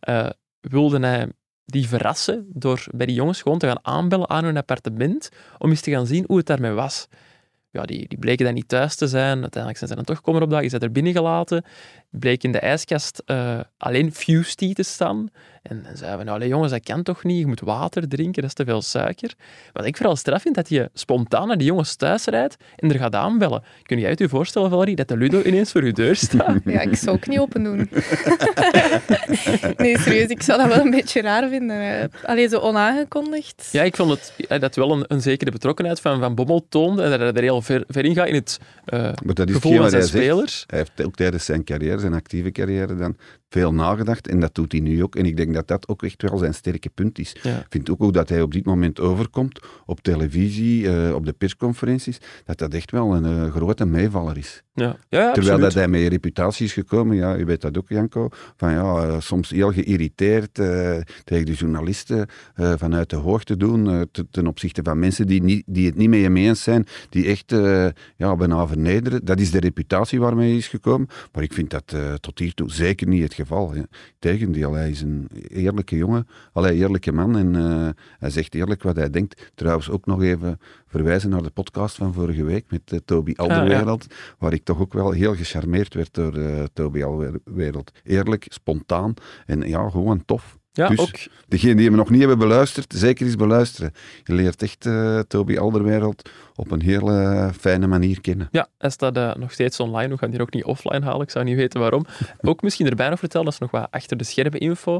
wilde hij die verrassen door bij die jongens gewoon te gaan aanbellen aan hun appartement om eens te gaan zien hoe het daarmee was. Ja, die bleken dan niet thuis te zijn. Uiteindelijk zijn ze dan toch komen opdagen. Is dat er binnen gelaten. Bleek in de ijskast alleen Fuse Tea te staan. En dan zeiden we, nou jongens, dat kan toch niet? Je moet water drinken, dat is te veel suiker. Wat ik vooral straf vind, dat je spontaan naar die jongens thuis rijdt en er gaat aanbellen. Kun jij het je voorstellen, Valerie, dat de Ludo ineens voor je deur staat? Ja, ik zou ook niet open doen. Nee, serieus, ik zou dat wel een beetje raar vinden. Allee, zo onaangekondigd. Ja, ik vond dat wel een zekere betrokkenheid van Bommel toonde en dat hij er heel ver in gaat in het gevoel van zijn spelers. Hij heeft ook tijdens zijn carrière, zijn actieve carrière dan, veel nagedacht en dat doet hij nu ook. En ik denk dat dat ook echt wel zijn sterke punt is. Ja. Ik vind ook hoe dat hij op dit moment overkomt, op televisie, op de persconferenties, dat echt wel een grote meevaller is. Ja, terwijl dat hij met je reputatie is gekomen, ja, je weet dat ook, Janko, van soms heel geïrriteerd tegen de journalisten vanuit de hoogte doen, ten opzichte van mensen die het niet met je mee eens zijn, die echt bijna vernederen. Dat is de reputatie waarmee hij is gekomen, maar ik vind dat tot hiertoe zeker niet het geval. Ja. Tegendeel, hij is een eerlijke jongen, eerlijke man en hij zegt eerlijk wat hij denkt. Trouwens ook nog even verwijzen naar de podcast van vorige week met Toby Alderweireld, waar ik toch ook wel heel gecharmeerd werd door Toby Alderweireld. Eerlijk, spontaan en gewoon tof. Ja, dus ook. degenen die hem nog niet hebben beluisterd, zeker eens beluisteren. Je leert echt Toby Alderweireld op een hele fijne manier kennen. Ja, hij staat nog steeds online. We gaan die ook niet offline halen. Ik zou niet weten waarom. Ook misschien erbij nog vertellen, dat is nog wat achter de schermen info.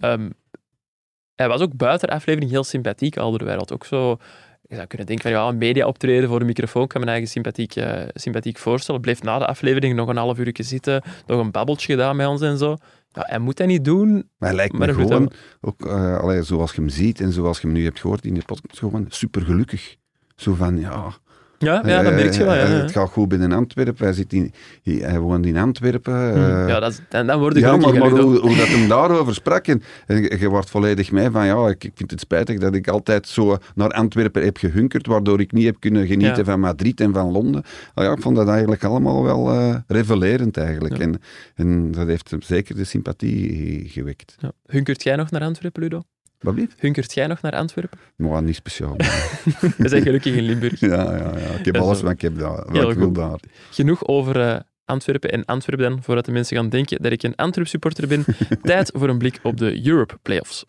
Hij was ook buiten de aflevering heel sympathiek, Alderweireld. Ook zo... Je zou kunnen denken van een media optreden voor de microfoon, kan mijn eigen sympathiek voorstellen. Bleef na de aflevering nog een half uurtje zitten, nog een babbeltje gedaan met ons en zo. Ja, hij moet dat niet doen. Maar hij lijkt me gewoon, ook, zoals je hem ziet en zoals je hem nu hebt gehoord in de podcast, gewoon super gelukkig. Zo van, Ja, dat merk je wel. Ja. Het gaat goed binnen Antwerpen. Hij woont in Antwerpen. Dan word ik maar hoe dat hem daarover sprak. En je wordt volledig mee van, ik vind het spijtig dat ik altijd zo naar Antwerpen heb gehunkerd, waardoor ik niet heb kunnen genieten van Madrid en van Londen. Ik vond dat eigenlijk allemaal wel revelerend eigenlijk. Ja. En dat heeft hem zeker de sympathie gewekt. Ja. Hunkert jij nog naar Antwerpen, Ludo? Wat blieft? Hunkert jij nog naar Antwerpen? Maar niet speciaal. We zijn gelukkig in Limburg. Ja. Ik heb alles wat ik heb daar. Wat ik wil daar. Genoeg over Antwerpen en Antwerpen dan, voordat de mensen gaan denken dat ik een Antwerp supporter ben. Tijd voor een blik op de Europe Playoffs.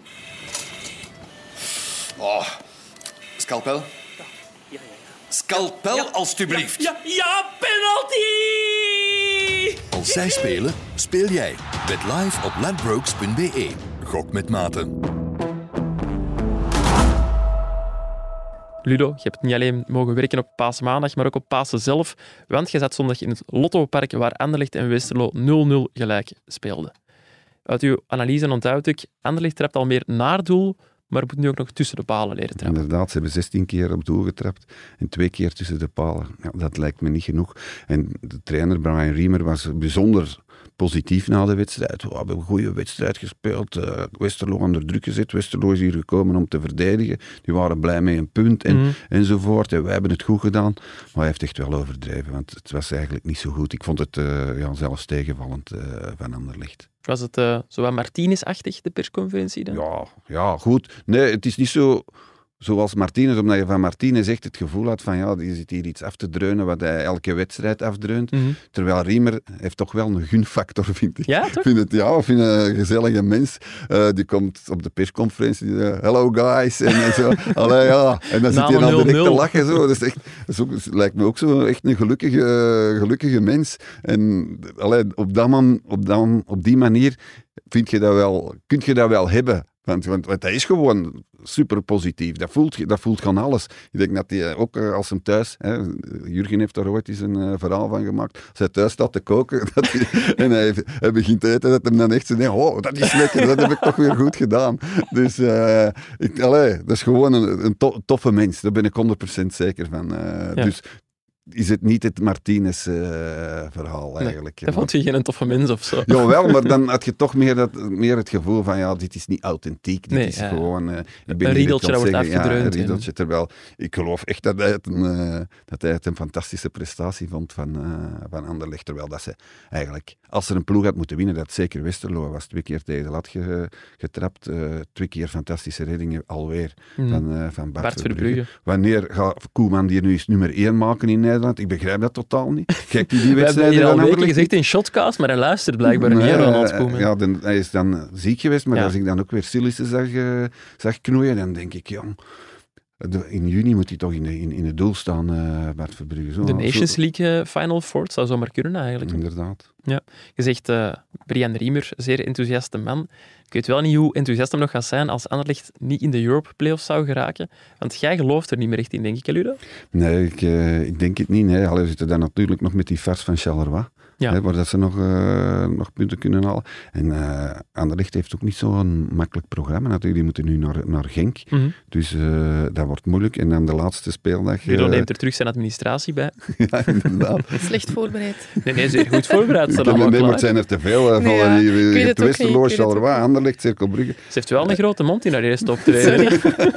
Oh, scalpel? Ja. Scalpel, alstublieft. Ja, penalty! Als zij spelen, speel jij. Bet live op ladbrokes.be. Gok met maten. Ludo, je hebt niet alleen mogen werken op Paasmaandag, maar ook op Pasen zelf, want je zat zondag in het Lottopark waar Anderlecht en Westerlo 0-0 gelijk speelden. Uit uw analyse onthoud ik, Anderlecht trapt al meer naar doel, maar moet nu ook nog tussen de palen leren trappen. Inderdaad, ze hebben 16 keer op doel getrapt en 2 keer tussen de palen. Ja, dat lijkt me niet genoeg. En de trainer, Brian Riemer, was bijzonder positief na de wedstrijd. We hebben een goede wedstrijd gespeeld. Westerlo onder druk gezet. Westerlo is hier gekomen om te verdedigen. Die waren blij met een punt enzovoort. En wij hebben het goed gedaan. Maar hij heeft echt wel overdreven, want het was eigenlijk niet zo goed. Ik vond het zelfs tegenvallend van Anderlecht. Was het zo wat Martinez-achtig, de persconferentie dan? Ja, goed. Nee, het is niet zo... Zoals Martinez, omdat je van Martinez echt het gevoel had van je zit hier iets af te dreunen wat hij elke wedstrijd afdreunt. Terwijl Riemer heeft toch wel een gunfactor, vind ik. Ja, toch? Ik vind een gezellige mens. Die komt op de persconferentie, hello guys, en zo. Allee, ja. En dan zit hij dan direct te lachen. Zo. Dat is echt, lijkt me ook zo echt een gelukkige mens. En op die manier kun je dat wel hebben. Want hij is gewoon super positief. Dat voelt gewoon alles. Ik denk dat hij ook als hem thuis... Jurgen heeft daar ooit eens een verhaal van gemaakt. Als hij thuis staat te koken en hij begint te eten, dat hij dan echt zegt, oh, dat is lekker, dat heb ik toch weer goed gedaan. Dus dat is gewoon een toffe mens. Daar ben ik 100% zeker van. Ja. Dus is het niet het Martinez-verhaal eigenlijk. Nee, dat vond je geen toffe mens of zo. Jawel, maar dan had je toch meer het gevoel van, dit is niet authentiek. Dit is gewoon... een riedeltje dat wordt afgedreund. Een riedeltje, terwijl ik geloof echt dat hij het een fantastische prestatie vond van Anderlecht. Terwijl dat ze eigenlijk, als er een ploeg had moeten winnen, dat zeker Westerlo was. 2 keer tegen de lat getrapt. 2 keer fantastische reddingen alweer van Bart Verbrugge. Wanneer gaat Koeman die nu eens nummer 1 maken in Nederland? Ik begrijp dat totaal niet. Kijkt die wedstrijden? We hebben hier al weken gezegd in Shotcast, maar hij luistert blijkbaar niet, Ronald Koeman. Hij is dan ziek geweest, maar als ik dan ook weer Sillissen zag knoeien, dan denk ik, in juni moet hij toch in het doel staan, Bart Verbrugge. Zo, de Nations League Final Four zou zomaar kunnen eigenlijk. Inderdaad. Ja. Je zegt, Brian Riemer, zeer enthousiaste man. Ik weet wel niet hoe enthousiast hem nog gaat zijn als Anderlecht niet in de Europe Playoffs zou geraken. Want jij gelooft er niet meer echt in, denk ik, Ludo? Nee, ik denk het niet. Nee. We zitten dan natuurlijk nog met die vers van Charleroi. Ja. Waar dat ze nog punten kunnen halen. En Anderlecht heeft ook niet zo'n makkelijk programma natuurlijk. Die moeten nu naar Genk. Dus dat wordt moeilijk. En dan de laatste speeldag... Ludo neemt er terug zijn administratie bij. Ja, inderdaad. Slecht voorbereid. Nee, zeer goed voorbereid. Maar het zijn er te veel. Je hebt Westerlo, Charleroi, Anderlecht, Cercle Brugge. Ze heeft wel een grote mond in haar eerste optreden.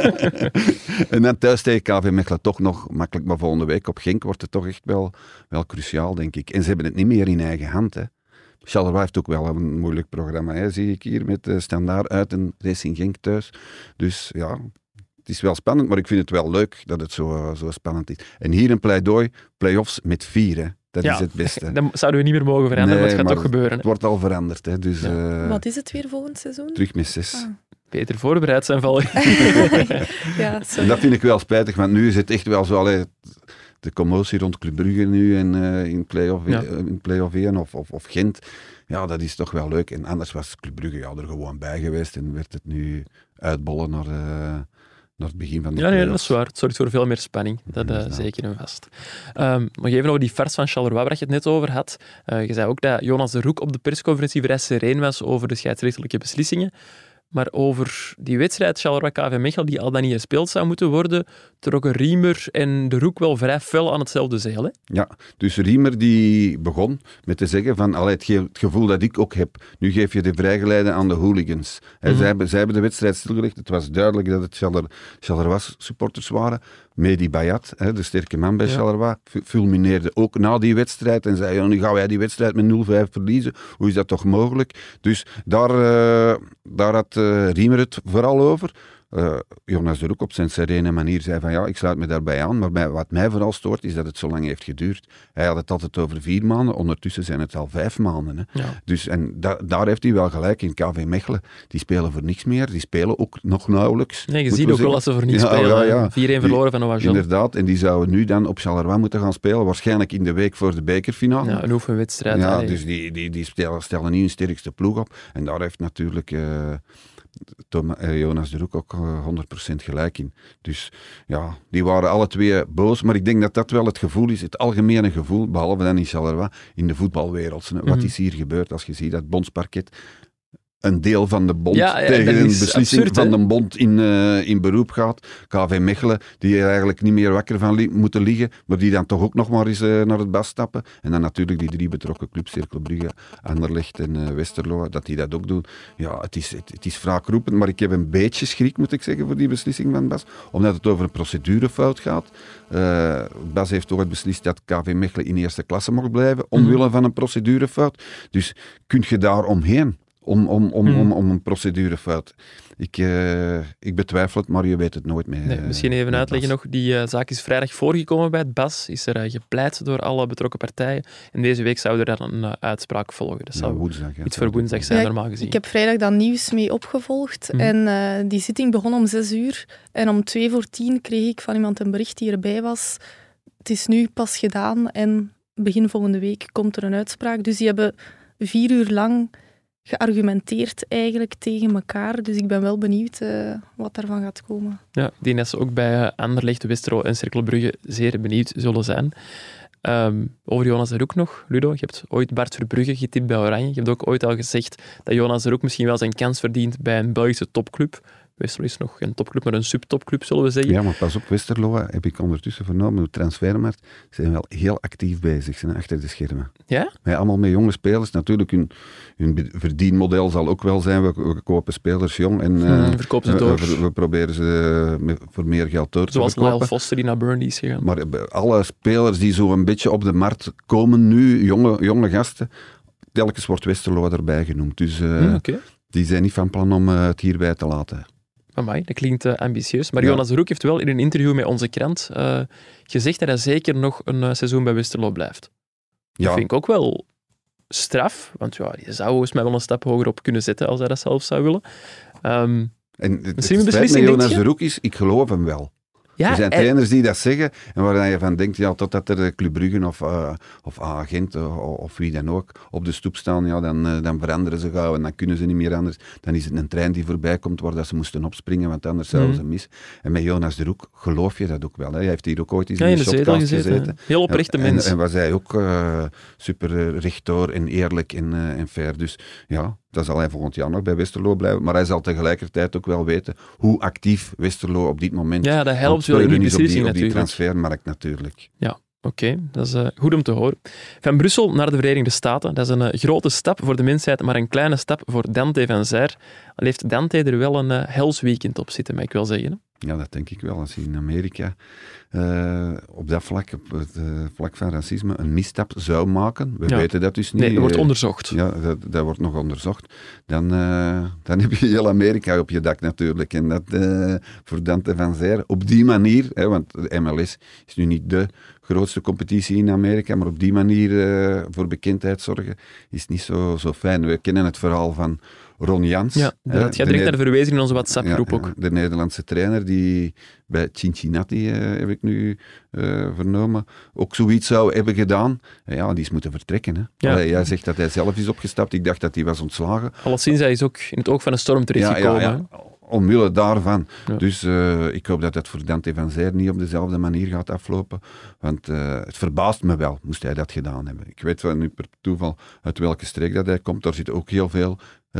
En dan thuis tegen KV Mechelen toch nog makkelijk. Maar volgende week op Genk wordt het toch echt wel cruciaal, denk ik. En ze hebben het niet meer in eigen hand. Hè. Charleroi heeft ook wel een moeilijk programma, hè, zie ik hier, met Standaard uit en Racing Genk thuis. Dus ja, het is wel spannend, maar ik vind het wel leuk dat het zo spannend is. En hier een pleidooi, play-offs met 4, hè. Dat is het beste. Dat zouden we niet meer mogen veranderen, maar het gaat toch gebeuren. Hè? Het wordt al veranderd. Hè, dus, wat is het weer volgend seizoen? Terug met 6. Beter voorbereid zijn, val. Ja, en dat vind ik wel spijtig, want nu is het echt wel zo... de commotie rond Club Brugge nu en in play-off 1 of Gent, ja, dat is toch wel leuk. En anders was Club Brugge er gewoon bij geweest en werd het nu uitbollen naar het begin van de play-offs. Nee, dat is waar. Het zorgt voor veel meer spanning. Dat zeker en vast. Nog even over die vers van Charleroi, waar je het net over had. Je zei ook dat Jonas de Roek op de persconferentie vrij sereen was over de scheidsrechtelijke beslissingen. Maar over die wedstrijd Charleroi-KV Mechelen, die al dan niet gespeeld zou moeten worden, trokken Riemer en de Roek wel vrij fel aan hetzelfde zeil. Hè? Ja, dus Riemer die begon met te zeggen van, het gevoel dat ik ook heb, nu geef je de vrijgeleide aan de hooligans. Zij hebben de wedstrijd stilgelegd. Het was duidelijk dat het Charleroi-supporters waren. Mehdi Bayat, de sterke man bij Charleroi, fulmineerde ook na die wedstrijd en zei, nu gaan wij die wedstrijd met 0-5 verliezen. Hoe is dat toch mogelijk? Dus daar had Riemer het vooral over. Jonas de Roek op zijn serene manier zei van ik sluit me daarbij aan, maar wat mij vooral stoort is dat het zo lang heeft geduurd. Hij had het altijd over 4 maanden, ondertussen zijn het al 5 maanden. Hè. Ja. Dus, en daar heeft hij wel gelijk in. KV Mechelen, die spelen voor niks meer, die spelen ook nog nauwelijks. Nee, je ziet ook wel dat ze voor niks spelen. Ja. 4-1 verloren van Ovajon. Inderdaad, en die zouden nu dan op Charleroi moeten gaan spelen, waarschijnlijk in de week voor de bekerfinale. Ja, een oefenwedstrijd. Ja, dus die stellen niet hun sterkste ploeg op. En daar heeft natuurlijk... Jonas de Roek ook 100% gelijk in. Dus ja, die waren alle twee boos, maar ik denk dat dat wel het gevoel is, het algemene gevoel, behalve dan in Charleroi, in de voetbalwereld. Wat is hier gebeurd als je ziet dat bondsparket een deel van de bond tegen dat een is beslissing absurd, van hè? de bond in beroep gaat. KV Mechelen, die er eigenlijk niet meer wakker van moeten liggen, maar die dan toch ook nog maar eens naar het bas stappen. En dan natuurlijk die 3 betrokken clubs, Cercle Brugge, Anderlecht en Westerlo, dat die dat ook doen. Ja, het is wraakroepend, maar ik heb een beetje schrik, moet ik zeggen, voor die beslissing van Bas, omdat het over een procedurefout gaat. Bas heeft ooit beslist dat KV Mechelen in eerste klasse mocht blijven, omwille van een procedurefout. Dus kun je daar omheen? Om een procedurefout. Ik betwijfel het, maar je weet het nooit meer. Misschien even uitleggen nog. Die zaak is vrijdag voorgekomen bij het BAS. Is er gepleit door alle betrokken partijen. En deze week zou er dan een uitspraak volgen. Dat zou woensdag, iets voor woensdag zijn, normaal gezien. Ik heb vrijdag dat nieuws mee opgevolgd. En die zitting begon om 6:00. En om 9:45 kreeg ik van iemand een bericht die erbij was. Het is nu pas gedaan en begin volgende week komt er een uitspraak. Dus die hebben 4 uur lang geargumenteerd eigenlijk tegen elkaar. Dus ik ben wel benieuwd wat daarvan gaat komen. Ja, ik denk dat ze ook bij Anderlecht, Westerlo en Cercle Brugge zeer benieuwd zullen zijn. Over Jonas de Roek nog, Ludo. Je hebt ooit Bart Verbrugge getipt bij Oranje. Je hebt ook ooit al gezegd dat Jonas de Roek misschien wel zijn kans verdient bij een Belgische topclub. Westerlo is nog geen topclub, maar een subtopclub, zullen we zeggen. Ja, maar pas op, Westerlo, heb ik ondertussen vernomen, de transfermarkt zijn wel heel actief bezig, zijn achter de schermen. Ja? Allemaal met jonge spelers. Natuurlijk, hun verdienmodel zal ook wel zijn, we kopen spelers jong en verkopen ze door. We proberen ze voor meer geld door te Zoals verkopen. Lyle Foster die naar Burnley is gegaan. Maar alle spelers die zo een beetje op de markt komen nu, jonge gasten, telkens wordt Westerlo erbij genoemd. Dus die zijn niet van plan om het hierbij te laten. Amai, dat klinkt ambitieus. Maar Jonas de Roek heeft wel in een interview met onze krant gezegd dat hij zeker nog een seizoen bij Westerlo blijft. Dat vind ik ook wel straf, want je zou volgens mij wel een stap hoger op kunnen zetten als hij dat zelf zou willen. En het slimme feit beslissing, met Jonas denk je? de Roek is, ik geloof hem wel. Ja, er zijn trainers die dat zeggen en waar je van denkt, totdat er Club Brugge of Agent of wie dan ook op de stoep staan, dan veranderen ze gauw en dan kunnen ze niet meer anders. Dan is het een trein die voorbij komt waar dat ze moesten opspringen, want anders zouden ze mis. En met Jonas de Roek geloof je dat ook wel. Hè? Hij heeft hier ook ooit eens in de shotcast gezeten. Heel oprechte mens. En was hij ook super rechtdoor en eerlijk en fair. Dus ja, dan zal hij volgend jaar nog bij Westerlo blijven. Maar hij zal tegelijkertijd ook wel weten hoe actief Westerlo op dit moment ja, dat helpt wel in die beslissing op die natuurlijk. transfermarkt natuurlijk. Ja, oké. Dat is goed om te horen. Van Brussel naar de Verenigde Staten. Dat is een grote stap voor de mensheid, maar een kleine stap voor Dante van Zijr. Al heeft Dante er wel een hels weekend op zitten, mag ik wel zeggen. Hè? Ja, dat denk ik wel. Als je in Amerika op dat vlak, op het vlak van racisme, een misstap zou maken, we weten dat dus niet. Nee, dat wordt onderzocht. Ja, dat wordt nog onderzocht. Dan heb je heel Amerika op je dak natuurlijk. En dat voor Dante van Zijr, op die manier, want de MLS is nu niet de grootste competitie in Amerika, maar op die manier voor bekendheid zorgen, is niet zo fijn. We kennen het verhaal van Ron Jans. Ja, het gaat direct naar de verwezen in onze WhatsApp-groep ook. De Nederlandse trainer die bij Cincinnati, heb ik nu vernomen, ook zoiets zou hebben gedaan. Ja, die is moeten vertrekken. Hè. Ja. Allee, jij zegt dat hij zelf is opgestapt. Ik dacht dat hij was ontslagen. Alleszins, hij is ook in het oog van de storm terechtgekomen. Ja. Omwille daarvan. Ja. Dus ik hoop dat het voor Dante van Zijr niet op dezelfde manier gaat aflopen. Want het verbaast me wel, moest hij dat gedaan hebben. Ik weet van nu per toeval uit welke streek dat hij komt. Daar zitten ook heel veel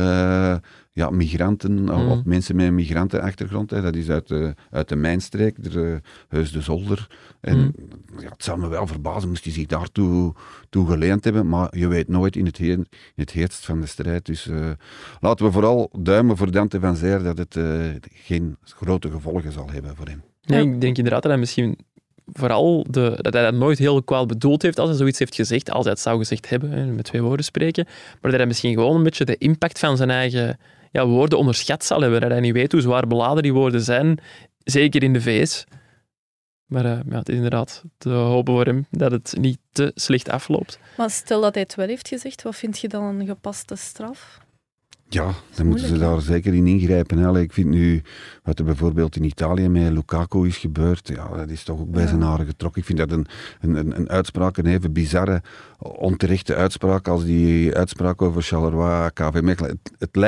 migranten, of mensen met een migrantenachtergrond. Hè. Dat is uit de mijnstreek, Huis de Zolder. En het zou me wel verbazen, moest hij zich daartoe geleend hebben. Maar je weet nooit in het heetst van de strijd. Dus laten we vooral duimen voor Dante van Zijr dat het geen grote gevolgen zal hebben voor hem. Nee, ik denk inderdaad dat hij misschien vooral dat hij dat nooit heel kwaad bedoeld heeft als hij zoiets heeft gezegd, als hij het zou gezegd hebben, hè, met 2 woorden spreken, maar dat hij misschien gewoon een beetje de impact van zijn eigen woorden onderschat zal hebben. Dat hij niet weet hoe zwaar beladen die woorden zijn, zeker in de VS. Maar het is inderdaad te hopen voor hem dat het niet te slecht afloopt. Maar stel dat hij het wel heeft gezegd, wat vind je dan een gepaste straf? Ja, dan moeten ze daar zeker in ingrijpen. Hè. Ik vind nu, wat er bijvoorbeeld in Italië met Lukaku is gebeurd, dat is toch ook bij zijn haren getrokken. Ik vind dat een uitspraak, een even bizarre, onterechte uitspraak als die uitspraak over Charleroi, KV Mechelen.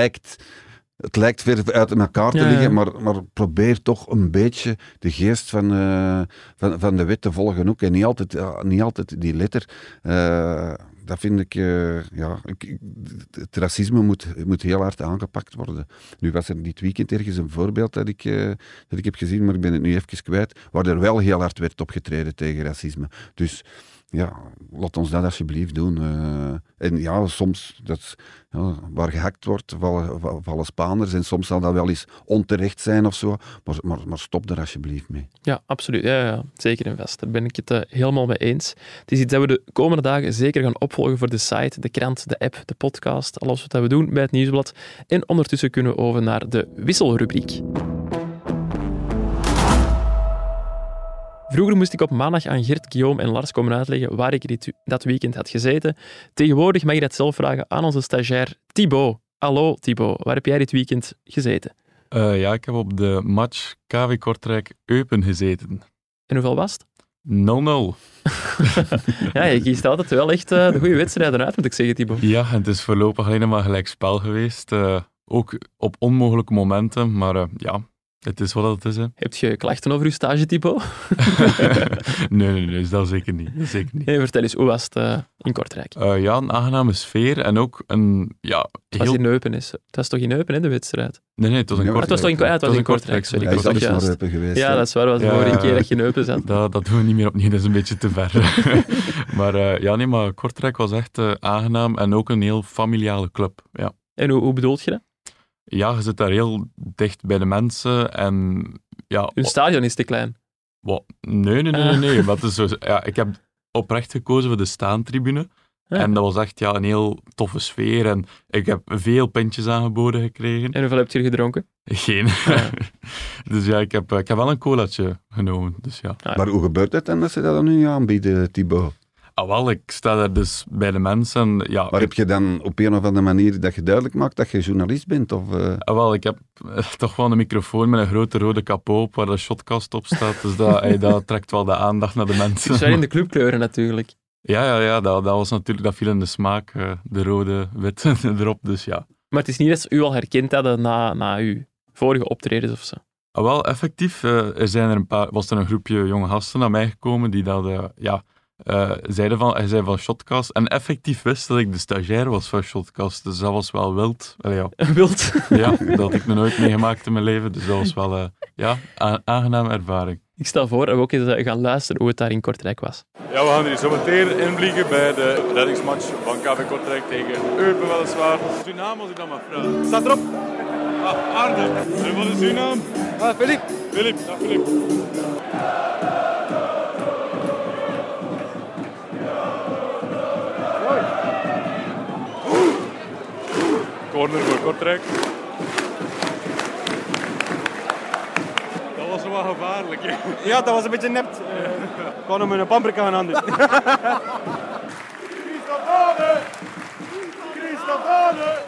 Het lijkt ver uit elkaar te liggen, maar probeer toch een beetje de geest van de wet te volgen ook. En niet altijd die letter. dat vind ik... het racisme moet heel hard aangepakt worden. Nu was er dit weekend ergens een voorbeeld dat ik heb gezien, maar ik ben het nu even kwijt, waar er wel heel hard werd opgetreden tegen racisme. Dus... ja, laat ons dat alsjeblieft doen. En ja, soms, waar gehakt wordt, vallen Spaanders en soms zal dat wel eens onterecht zijn of zo, maar stop daar alsjeblieft mee. Ja, absoluut. Ja, zeker en vast. Daar ben ik het helemaal mee eens. Het is iets dat we de komende dagen zeker gaan opvolgen voor de site, de krant, de app, de podcast, alles wat we doen bij het Nieuwsblad. En ondertussen kunnen we over naar de wisselrubriek. Vroeger moest ik op maandag aan Gert, Guillaume en Lars komen uitleggen waar ik dat weekend had gezeten. Tegenwoordig mag je dat zelf vragen aan onze stagiair Thibaut. Hallo Thibaut, waar heb jij dit weekend gezeten? Ik heb op de match KV Kortrijk-Eupen gezeten. En hoeveel was het? 0-0. Ja, je kiest altijd wel echt de goede wedstrijden uit, moet ik zeggen, Thibaut. Ja, en het is voorlopig alleen maar gelijk spel geweest. Ook op onmogelijke momenten, maar het is wat het is. Hè. Heb je klachten over je stage, Thibaut? Nee, dat zeker niet. Nee, vertel eens, hoe was het in Kortrijk? Een aangename sfeer en ook een... Ja, het was in Eupen, het was toch in Eupen, hè, de wedstrijd? Nee, het was in Kortrijk. Het was in Kortrijk, sorry. Hij is al eens naar Eupen geweest. Ja, dat is waar, was de vorige keer dat je in Eupen zat. Dat doen we niet meer opnieuw, dat is een beetje te ver. maar Kortrijk was echt aangenaam en ook een heel familiale club. Ja. En hoe bedoelt je dat? Ja, je zit daar heel dicht bij de mensen en... Ja, Hun stadion is te klein. Nee. Maar het is zo, ik heb oprecht gekozen voor de staantribune. Ja. En dat was echt een heel toffe sfeer. En ik heb veel pintjes aangeboden gekregen. En hoeveel heb je er gedronken? Geen. Ja. Dus ik heb wel een colaatje genomen. Dus ja. Maar hoe gebeurt het dan dat ze dat dan nu aanbieden, Thibaut? Wel, ik sta daar dus bij de mensen. Maar heb je dan op een of andere manier dat je duidelijk maakt dat je journalist bent? Of, Wel, ik heb toch wel een microfoon met een grote rode kapot op waar de shotcast op staat. Dus dat trekt wel de aandacht naar de mensen. Het zijn in de clubkleuren natuurlijk. Ja, dat was natuurlijk, dat viel in de smaak. De rode, wit erop, dus ja. Maar het is niet dat ze u al herkend hadden na uw vorige optredens of zo? Wel, effectief was er een groepje jonge gasten naar mij gekomen die dat... hij zei van Shotcast en effectief wist dat ik de stagiair was van Shotcast, dus dat was wel wild. Wild? Ja, dat had ik nog nooit meegemaakt in mijn leven, dus dat was wel een aangename ervaring. Ik stel voor dat we ook eens gaan luisteren hoe het daar in Kortrijk was. Ja, we gaan hier zo meteen invliegen bij de reddingsmatch van KV Kortrijk tegen Eupen weliswaar. Wat is uw naam als ik dat mag vragen? Staat erop? Arne. En wat is uw naam? Filip. Filip, dag Filip. Corner voor Kortrijk. Dat was wel gevaarlijk. Hè? Ja, dat was een beetje nept. Ik kon hem een paprika gaan aandoen. Christophe!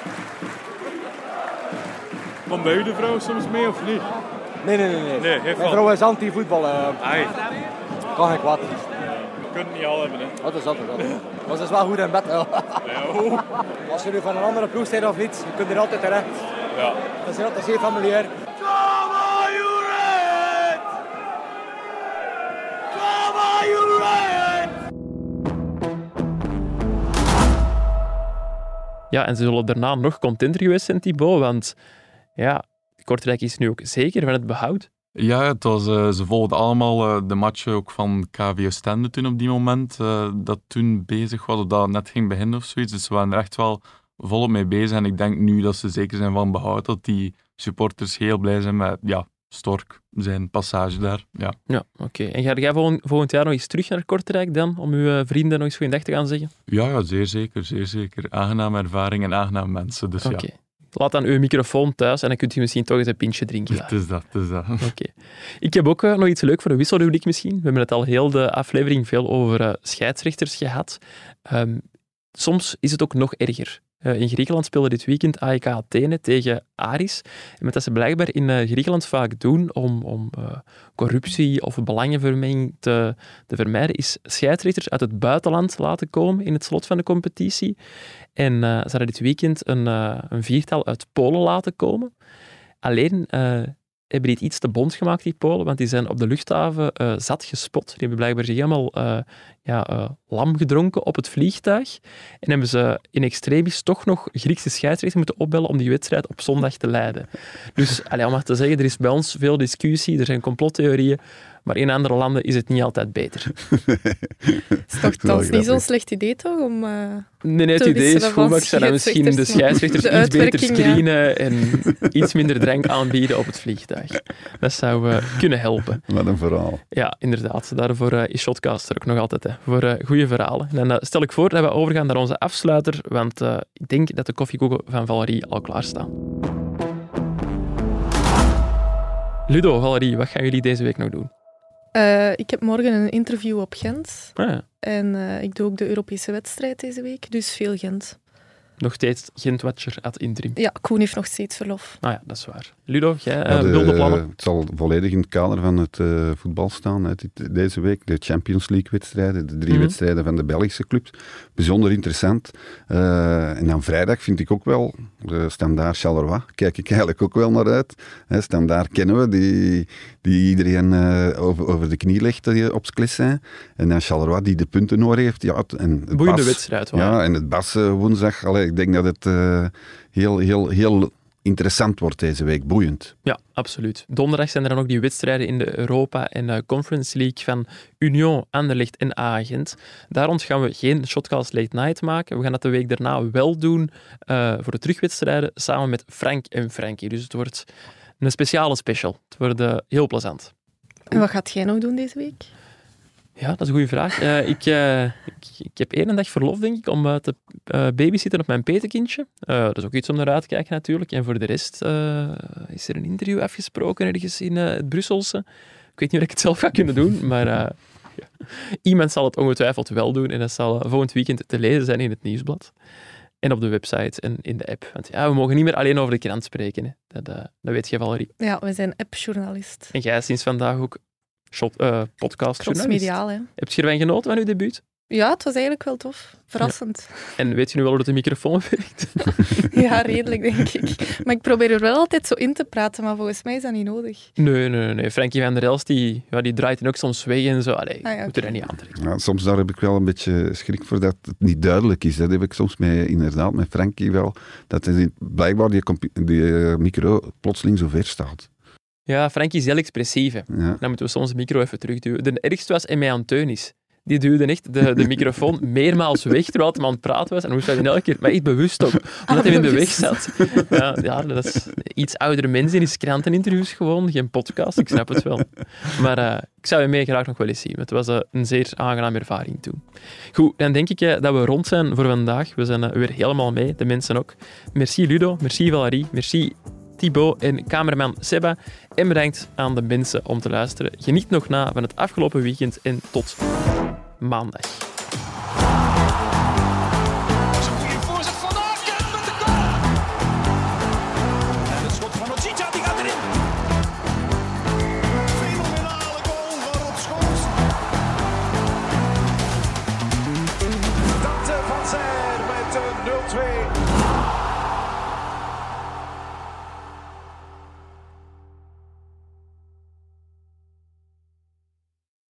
Komt bij u de vrouw soms mee of niet? Nee. Mijn vrouw is anti-voetbal. Kan geen kwaad. Je kunt het niet al hebben, hè? Dat is dat. Maar ze is wel goed in bed. Ja. Als je nu van een andere ploeg bent of niet, je kunt er altijd terecht. Ja. Dat is altijd zeer familiair. Ja, en ze zullen daarna nog contenter geweest zijn, Thibaut, want ja, Kortrijk is nu ook zeker van het behoud. Ja, het was, ze volgden allemaal de matchen ook van KV Oostende toen op die moment, dat toen bezig was, of dat net ging beginnen of zoiets. Dus ze waren er echt wel volop mee bezig. En ik denk nu dat ze zeker zijn van behoud, dat die supporters heel blij zijn met Stork, zijn passage daar. Ja, oké. En ga jij volgend jaar nog eens terug naar Kortrijk dan, om uw vrienden nog eens goeiedag te gaan zeggen? Ja, zeer zeker. Aangename ervaring en aangename mensen, dus ja. Laat dan uw microfoon thuis en dan kunt u misschien toch eens een pintje drinken. Het is dat. Oké. Ik heb ook nog iets leuk voor de wisselrubriek misschien. We hebben het al heel de aflevering veel over scheidsrechters gehad. Soms is het ook nog erger. In Griekenland speelde dit weekend AEK Athene tegen Aris. En met dat ze blijkbaar in Griekenland vaak doen om corruptie of belangenvermenging te vermijden, is scheidsrechters uit het buitenland laten komen in het slot van de competitie. En ze hadden dit weekend een viertal uit Polen laten komen. Alleen hebben die iets te bont gemaakt, die Polen, want die zijn op de luchthaven zat gespot. Die hebben blijkbaar zich helemaal lam gedronken op het vliegtuig. En hebben ze in extremis toch nog Griekse scheidsrechters moeten opbellen om die wedstrijd op zondag te leiden. Dus, om maar te zeggen, er is bij ons veel discussie, er zijn complottheorieën, maar in andere landen is het niet altijd beter. Het is toch niet zo'n slecht idee, toch? Om, nee, het idee is goed, maar ik zou dan misschien de scheidsrechters iets beter screenen en iets minder drank aanbieden op het vliegtuig. Dat zou kunnen helpen. Wat een verhaal. Ja, inderdaad. Daarvoor is Shotcast er ook nog altijd. Voor goede verhalen. En dan stel ik voor dat we overgaan naar onze afsluiter, want ik denk dat de koffiekoeken van Valerie al klaar staan. Ludo, Valerie, wat gaan jullie deze week nog doen? Ik heb morgen een interview op Gent. Ah, ja. En ik doe ook de Europese wedstrijd deze week, dus veel Gent. Nog steeds Gent-watcher ad interim. Ja, Koen heeft nog steeds verlof. Ah ja, dat is waar. Ludo, jij wilde plannen? Het zal volledig in het kader van het voetbal staan deze week. De Champions League-wedstrijden, de 3 wedstrijden van de Belgische clubs. Bijzonder interessant. En dan vrijdag vind ik ook wel, de Standaard Charleroi, kijk ik eigenlijk ook wel naar uit. Standaard kennen we, die iedereen over de knie legt op Sclessin. En dan Charleroi, die de punten nodig heeft. Ja, boeiende wedstrijd. Waar. Ja, en het Bas woensdag, ik denk dat het heel interessant wordt deze week, boeiend. Ja, absoluut. Donderdag zijn er dan ook die wedstrijden in de Europa en Conference League van Union, Anderlecht en Agent. Daar rond gaan we geen Shotcast Late Night maken. We gaan dat de week daarna wel doen voor de terugwedstrijden, samen met Frank en Frankie. Dus het wordt een speciale special. Het wordt heel plezant. En wat gaat jij nog doen deze week? Ja, dat is een goede vraag. Ik heb 1 dag verlof, denk ik, om te babysitten op mijn petekindje. Dat is ook iets om naar uit te kijken, natuurlijk. En voor de rest is er een interview afgesproken ergens in het Brusselse. Ik weet niet of ik het zelf ga kunnen doen, maar iemand zal het ongetwijfeld wel doen. En dat zal volgend weekend te lezen zijn in het nieuwsblad. En op de website en in de app. Want we mogen niet meer alleen over de krant spreken. Hè. Dat weet je, Valerie. Ja, we zijn appjournalist. En jij sinds vandaag ook podcastjournalist. Crossmediaal, hè. Heb je ervan genoten van uw debuut? Ja, het was eigenlijk wel tof. Verrassend. Ja. En weet je nu wel hoe de microfoon werkt? Ja, redelijk, denk ik. Maar ik probeer er wel altijd zo in te praten, maar volgens mij is dat niet nodig. Nee. Frankie van der Elst, die draait ook soms weg en zo. Moet er niet aantrekken. Ja, soms daar heb ik wel een beetje schrik voor dat het niet duidelijk is. Dat heb ik soms inderdaad met Frankie wel. Dat hij blijkbaar die micro plotseling zo ver staat. Ja, Frankie is heel expressief. Hè. Ja. Dan moeten we soms de micro even terugduwen. De ergste was Emmy Anteunis. Die duwde echt de microfoon meermaals weg terwijl hij aan het praten was. En moest hij elke keer, maar echt bewust ook, omdat hij in de weg zat. Ja, dat is iets oudere mensen in kranteninterviews gewoon, geen podcast, ik snap het wel. Maar ik zou hem graag nog wel eens zien. Het was een zeer aangename ervaring toen. Goed, dan denk ik dat we rond zijn voor vandaag. We zijn weer helemaal mee, de mensen ook. Merci Ludo, merci Valerie, merci Thibaut en cameraman Seba. En bedankt aan de mensen om te luisteren. Geniet nog na van het afgelopen weekend en tot maandag.